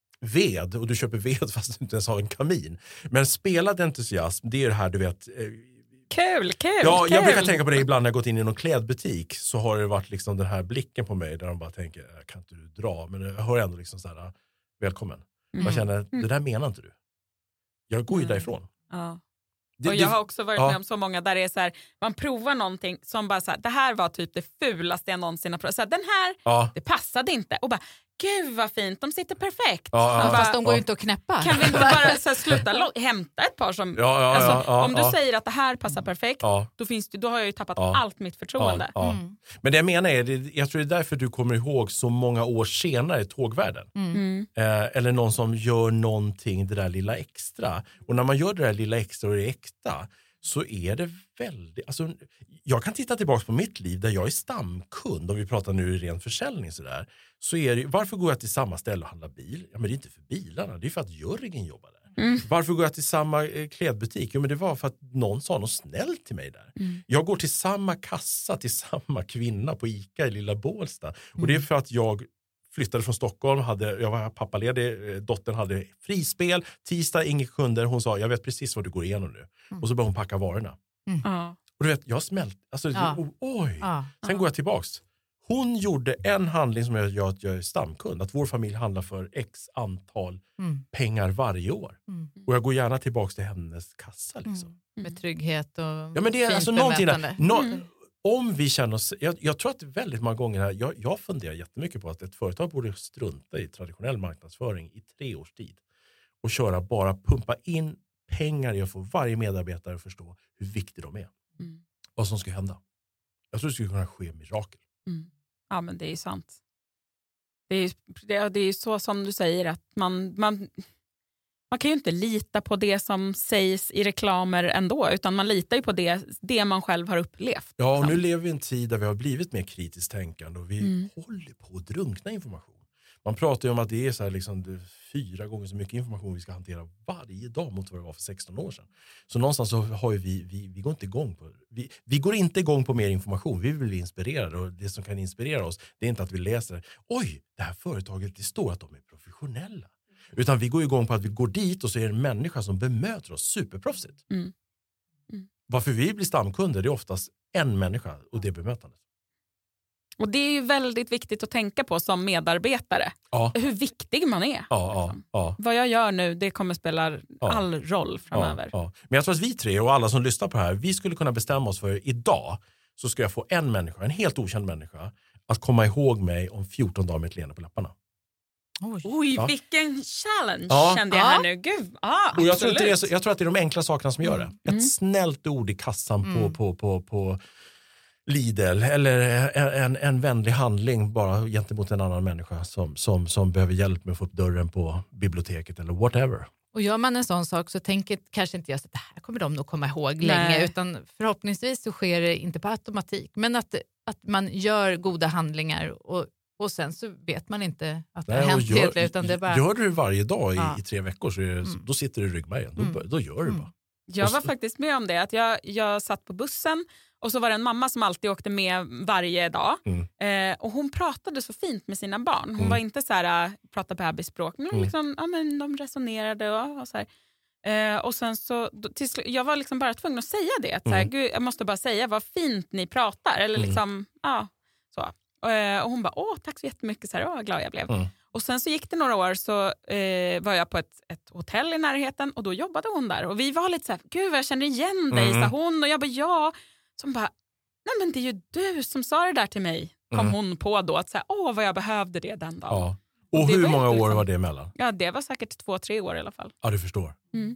B: ved och du köper ved fast du inte ens har en kamin. Men spelad entusiasm, det är det här du vet... Eh,
A: Kul, kul,
B: ja,
A: kul.
B: Jag brukar tänka på det ibland när jag gått in i någon klädbutik, så har det varit liksom den här blicken på mig där de bara tänker, kan inte du dra? Men jag hör ändå liksom så här, välkommen. Mm. Man känner, det där menar inte du. Jag går ju mm. därifrån.
A: Ja. Och jag har också varit ja. med om så många där det är så här, man provar någonting som bara så här, det här var typ det fulaste jag någonsin har provat. Så här, den här, ja. det passade inte. Och bara, gud vad fint, de sitter perfekt.
C: Ja, ja,
A: bara,
C: fast de går ju ja. inte att knäppa.
A: Kan vi inte bara så här, sluta lo- hämta ett par som...
B: Ja, ja,
A: alltså,
B: ja, ja,
A: om du
B: ja.
A: säger att det här passar perfekt, ja. då, finns det, då har jag ju tappat ja. allt mitt förtroende.
B: Ja, ja. Mm. Men det jag menar är, det, jag tror det är därför du kommer ihåg så många år senare tågvärlden. Mm. Eh, eller någon som gör någonting, det där lilla extra. Och när man gör det där lilla extra och det är äkta, så är det väldigt... Alltså, jag kan titta tillbaka på mitt liv där jag är stamkund, om vi pratar nu i ren försäljning sådär, så är det, varför går jag till samma ställe och handlar bil? Ja, men det är inte för bilarna, det är för att Jörgen jobbar där. Mm. Varför går jag till samma eh, klädbutik? Jo, men det var för att någon sa något snällt till mig där. Mm. Jag går till samma kassa till samma kvinna på Ica i Lilla Bålsta. Mm. Och det är för att jag flyttade från Stockholm, hade, jag var pappaledig, dottern hade frispel, tisdag, inga kunder. Hon sa, jag vet precis vad du går igenom nu. Mm. Och så började hon packa varorna. Mm. Och du vet, jag smält. Alltså, ja. oh, oj. Ja. Sen ja. går jag tillbaks. Hon gjorde en handling som jag gör att jag är stamkund. Att vår familj handlar för x antal mm. pengar varje år. Mm. Och jag går gärna tillbaks till hennes kassa. Liksom.
C: Mm. Med trygghet och
B: ja, men det är alltså någonting där. No, mm. Om vi känner oss, jag, jag tror att väldigt många gånger här, jag, jag funderar jättemycket på att ett företag borde strunta i traditionell marknadsföring i tre års tid. Och köra bara pumpa in pengar i att få varje medarbetare att förstå hur viktiga de är. Mm. Vad som ska hända. Jag tror det skulle kunna ske mirakel.
A: Mm. Ja, men det är ju sant. Det är, det, det är ju så som du säger att man, man, man kan ju inte lita på det som sägs i reklamer ändå, utan man litar ju på det, det man själv har upplevt.
B: Ja, och nu lever vi i en tid där vi har blivit mer kritiskt tänkande och vi mm. håller på att drunkna information. Man pratar ju om att det är så här liksom det fyra gånger så mycket information vi ska hantera varje dag mot vad det var för sexton år sedan. Så någonstans så har ju vi, vi, vi går inte igång på vi, vi går inte igång på mer information. Vi vill bli inspirerade och det som kan inspirera oss, det är inte att vi läser, oj, det här företaget, det står att de är professionella. Utan vi går igång på att vi går dit och så är det en människa som bemöter oss superproffsigt. Mm. Mm. Varför vi blir stamkunder, det är oftast en människa och det är bemötandet.
A: Och det är ju väldigt viktigt att tänka på som medarbetare. Ja. Hur viktig man är.
B: Ja,
A: liksom.
B: ja, ja.
A: Vad jag gör nu, det kommer spela ja. all roll framöver.
B: Ja, ja. Men jag tror att vi tre och alla som lyssnar på det här, vi skulle kunna bestämma oss för idag så ska jag få en människa, en helt okänd människa, att komma ihåg mig om fjorton dagar med ett leende på läpparna.
A: Oj, Oj ja. vilken challenge ja. kände jag här nu. Gud, ah,
B: och jag, tror det är så, jag tror att det är de enkla sakerna som gör det. Ett mm. snällt ord i kassan mm. på... på, på, på Lidl eller en, en vänlig handling bara gentemot en annan människa som, som, som behöver hjälp med att få upp dörren på biblioteket eller whatever.
C: Och gör man en sån sak så tänker kanske inte jag att det här kommer de nog komma ihåg Nej. länge, utan förhoppningsvis så sker det inte på automatik, men att, att man gör goda handlingar och, och sen så vet man inte att det Nej, har hänt gör, det, utan det bara...
B: Gör du det varje dag i, ja. i tre veckor så är det, mm. då sitter det i ryggmärgen, då, mm. då gör du bara.
A: Jag var faktiskt med om det, att jag, jag satt på bussen och så var det en mamma som alltid åkte med varje dag. Mm. Eh, och hon pratade så fint med sina barn. Hon mm. var inte så här, pratade bebisspråk, men, mm. liksom, ja, men de resonerade och, och så här. Eh, och sen så, till slut, jag var liksom bara tvungen att säga det. Att, mm. så här, Gud, jag måste bara säga vad fint ni pratar. Eller liksom, mm. ja, så. Eh, och hon bara, åh tack så jättemycket, så här, åh, vad glad jag blev. Mm. Och sen så gick det några år så eh, var jag på ett, ett hotell i närheten och då jobbade hon där. Och vi var lite så här, gud jag känner igen dig, mm. sa hon. Och jag bara, ja. Som bara, nej men det är ju du som sa det där till mig. Kom mm. hon på då att säga, åh vad jag behövde det den dagen.
B: Ja. Och, och hur många år liksom, var det emellan?
A: Ja, det var säkert två, tre år i alla fall.
B: Ja, du förstår.
A: Mm.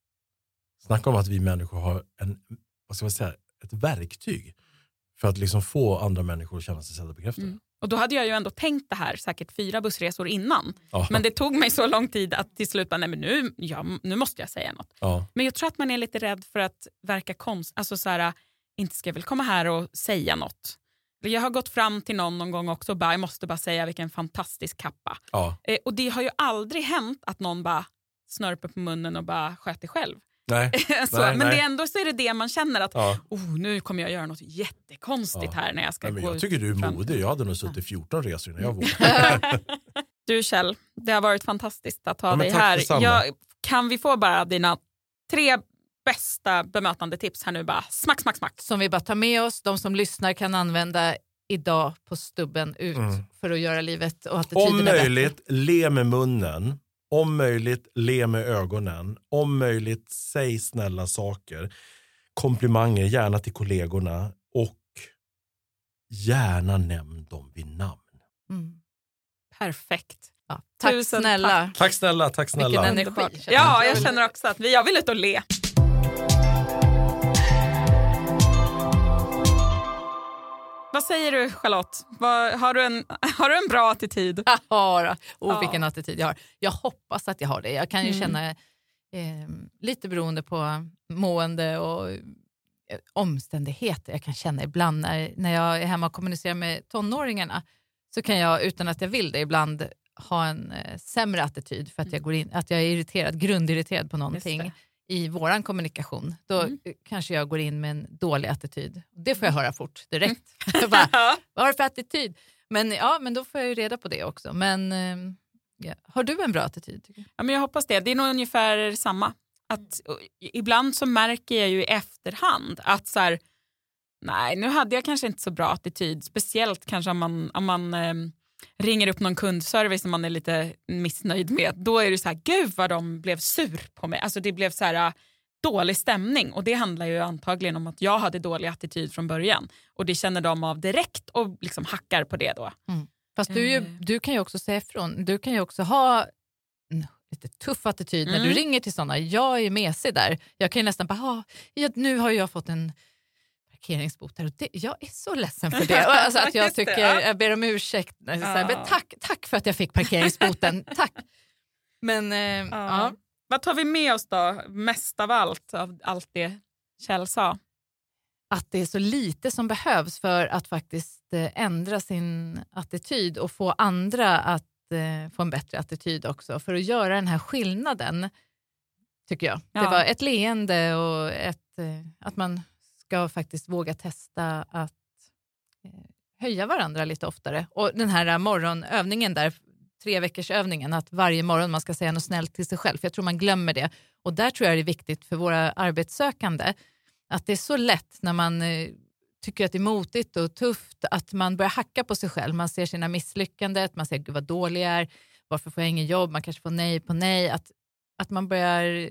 B: Snacka om att vi människor har en, vad ska man säga, ett verktyg för att liksom få andra människor att känna sig sedda och bekräftade. Mm.
A: Och då hade jag ju ändå tänkt det här säkert fyra bussresor innan. Ja. Men det tog mig så lång tid att till slut bara, nej men nu, ja, nu måste jag säga något. Ja. Men jag tror att man är lite rädd för att verka konst, alltså så här, inte ska jag väl komma här och säga något. Jag har gått fram till någon någon gång också och bara, jag måste bara säga vilken fantastisk kappa.
B: Ja.
A: Eh, och det har ju aldrig hänt att någon bara snörper på munnen och bara sköter själv.
B: Nej.
A: så,
B: nej,
A: men
B: nej.
A: det är ändå så är det det man känner att
B: Ja.
A: oh, nu kommer jag göra något jättekonstigt
B: Ja.
A: här när jag ska
B: Nej, men
A: gå
B: jag tycker du är
A: fram.
B: modig. Jag hade nog suttit fjorton resor innan jag vågade.
A: Du Kjell, det har varit fantastiskt att ha
B: Ja, men
A: dig
B: tack
A: här.
B: detsamma.
A: Jag, kan vi få bara dina tre bästa bemötande tips här nu bara? Smack, smack, smack.
C: Som vi bara tar med oss, de som lyssnar kan använda idag på stubben ut
B: Mm.
C: för att göra livet och attityderna
B: Om
C: bättre.
B: möjligt, le med munnen. Om möjligt, le med ögonen. Om möjligt, säg snälla saker. Komplimanger, gärna till kollegorna. Och gärna nämn dem vid namn.
C: Mm.
A: Perfekt.
C: Ja. Tack
A: Tusen
C: snälla.
B: Tack snälla, tack snälla.
C: Vilken energi.
A: Underbart. Ja, jag känner också att vi, jag vill ut och le. Vad säger du, Charlotte? Vad, har, du en, har du en bra attityd?
C: Jaha, oh,
A: Ja.
C: vilken attityd jag har. Jag hoppas att jag har det. Jag kan ju
A: Mm.
C: känna eh, lite beroende på mående och eh, omständigheter. Jag kan känna ibland när, när jag är hemma och kommunicerar med tonåringarna så kan jag utan att jag vill det ibland ha en eh, sämre attityd för att jag, går in, att jag är irriterad, grundirriterad på någonting i våran kommunikation. Då
A: Mm.
C: eh, kanske jag går in med en dålig attityd. Det får jag höra fort direkt. Jag bara, vad har du för attityd? Men ja, men då får jag ju reda på det också. Men eh, ja. Har du en bra attityd? Tycker jag?
A: Ja, men jag hoppas det. Det är nog ungefär samma. Att, och, ibland så märker jag ju i efterhand att så här, nej, nu hade jag kanske inte så bra attityd. Speciellt kanske om man, om man eh, ringer upp någon kundservice som man är lite missnöjd med. Då är det så här, gud vad de blev sur på mig. Alltså det blev så här dålig stämning. Och det handlar ju antagligen om att jag hade dålig attityd från början. Och det känner de av direkt och liksom hackar på det då.
C: Mm. Fast du, är ju,
A: Eh.
C: du kan ju också säga ifrån. Du kan ju också ha en lite tuff attityd när
A: Mm.
C: du ringer till sådana. Jag är mesig där. Jag kan ju nästan bara, ah, ja, nu har jag fått en parkeringsbot här och det, jag är så ledsen för det. Och alltså att jag
A: Just det,
C: tycker,
A: ja.
C: jag ber om ursäkt. Så här,
A: Ja.
C: men tack, tack för att jag fick parkeringsboten. Tack. Men eh, ja.
A: Ja. Vad tar vi med oss då? Mest av allt av allt det Kjell sa.
C: Att det är så lite som behövs för att faktiskt eh, ändra sin attityd och få andra att eh, få en bättre attityd också. För att göra den här skillnaden, tycker jag.
A: Ja.
C: Det var ett leende och ett, eh, att man ska faktiskt våga testa att eh, höja varandra lite oftare. Och den här morgonövningen där, tre veckors övningen, att varje morgon man ska säga något snällt till sig själv. För jag tror man glömmer det. Och där tror jag det är viktigt för våra arbetssökande att det är så lätt när man eh, tycker att det är motigt och tufft att man börjar hacka på sig själv. Man ser sina misslyckanden, man säger gud vad dålig jag är, varför får jag ingen jobb, man kanske får nej på nej. Att, att man börjar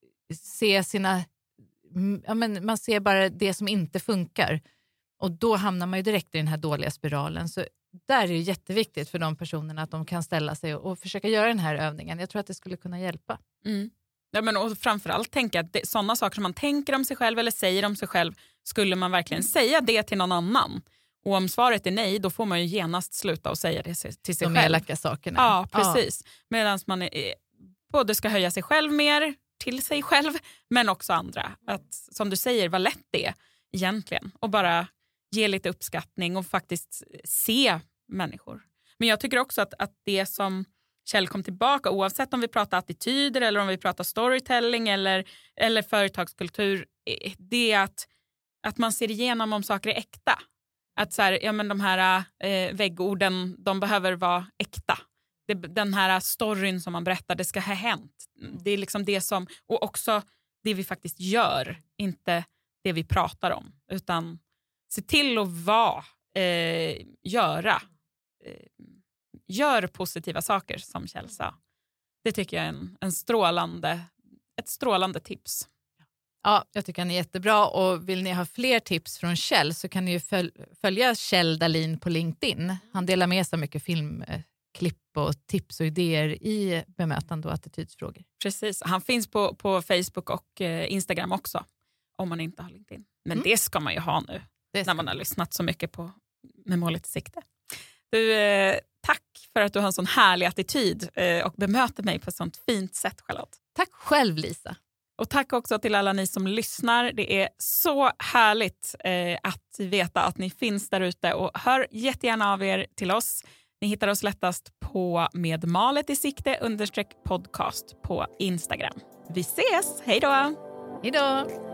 C: se sina, ja, men man ser bara det som inte funkar. Och då hamnar man ju direkt i den här dåliga spiralen. Så där är det jätteviktigt för de personerna att de kan ställa sig och, och försöka göra den här övningen. Jag tror att det skulle kunna hjälpa.
A: Mm. Ja, men och framförallt tänka att det, sådana saker som man tänker om sig själv eller säger om sig själv, skulle man verkligen säga det till någon annan? Och om svaret är nej, då får man ju genast sluta och säga det till sig
C: De
A: själv.
C: elaka sakerna.
A: Ja, precis. Medan man är, både ska höja sig själv mer till sig själv, men också andra. Att, som du säger, vad lätt det är egentligen. Och bara ge lite uppskattning och faktiskt se människor. Men jag tycker också att, att det som Kjell kom tillbaka, oavsett om vi pratar attityder eller om vi pratar storytelling eller, eller företagskultur, det är att, att man ser igenom om saker är äkta. Att så här, ja, men de här eh, väggorden, de behöver vara äkta. Det, den här storyn som man berättar, det ska ha hänt. Det är liksom det som, och också det vi faktiskt gör, inte det vi pratar om. Utan se till att vara, eh, göra, eh, gör positiva saker som Kjell sa. Det tycker jag är en, en strålande, ett strålande tips.
C: Ja, jag tycker han är jättebra och vill ni ha fler tips från Kjell så kan ni ju föl- följa Kjell Dahlin på LinkedIn. Han delar med sig mycket filmklipp och tips och idéer i bemötande och attitydsfrågor.
A: Precis, han finns på, på Facebook och eh, Instagram också om man inte har LinkedIn. Men
C: Mm.
A: det ska man ju ha nu
C: Det
A: när man har lyssnat så mycket på Med målet i sikte. Du, eh, tack för att du har en sån härlig attityd eh, och bemöter mig på ett sånt fint sätt, Charlotte.
C: Tack själv, Lisa.
A: Och tack också till alla ni som lyssnar. Det är så härligt eh, att veta att ni finns där ute. Och hör jättegärna av er till oss. Ni hittar oss lättast på med malet i sikte understreck podcast på Instagram. Vi ses, hej då!
C: Hej då!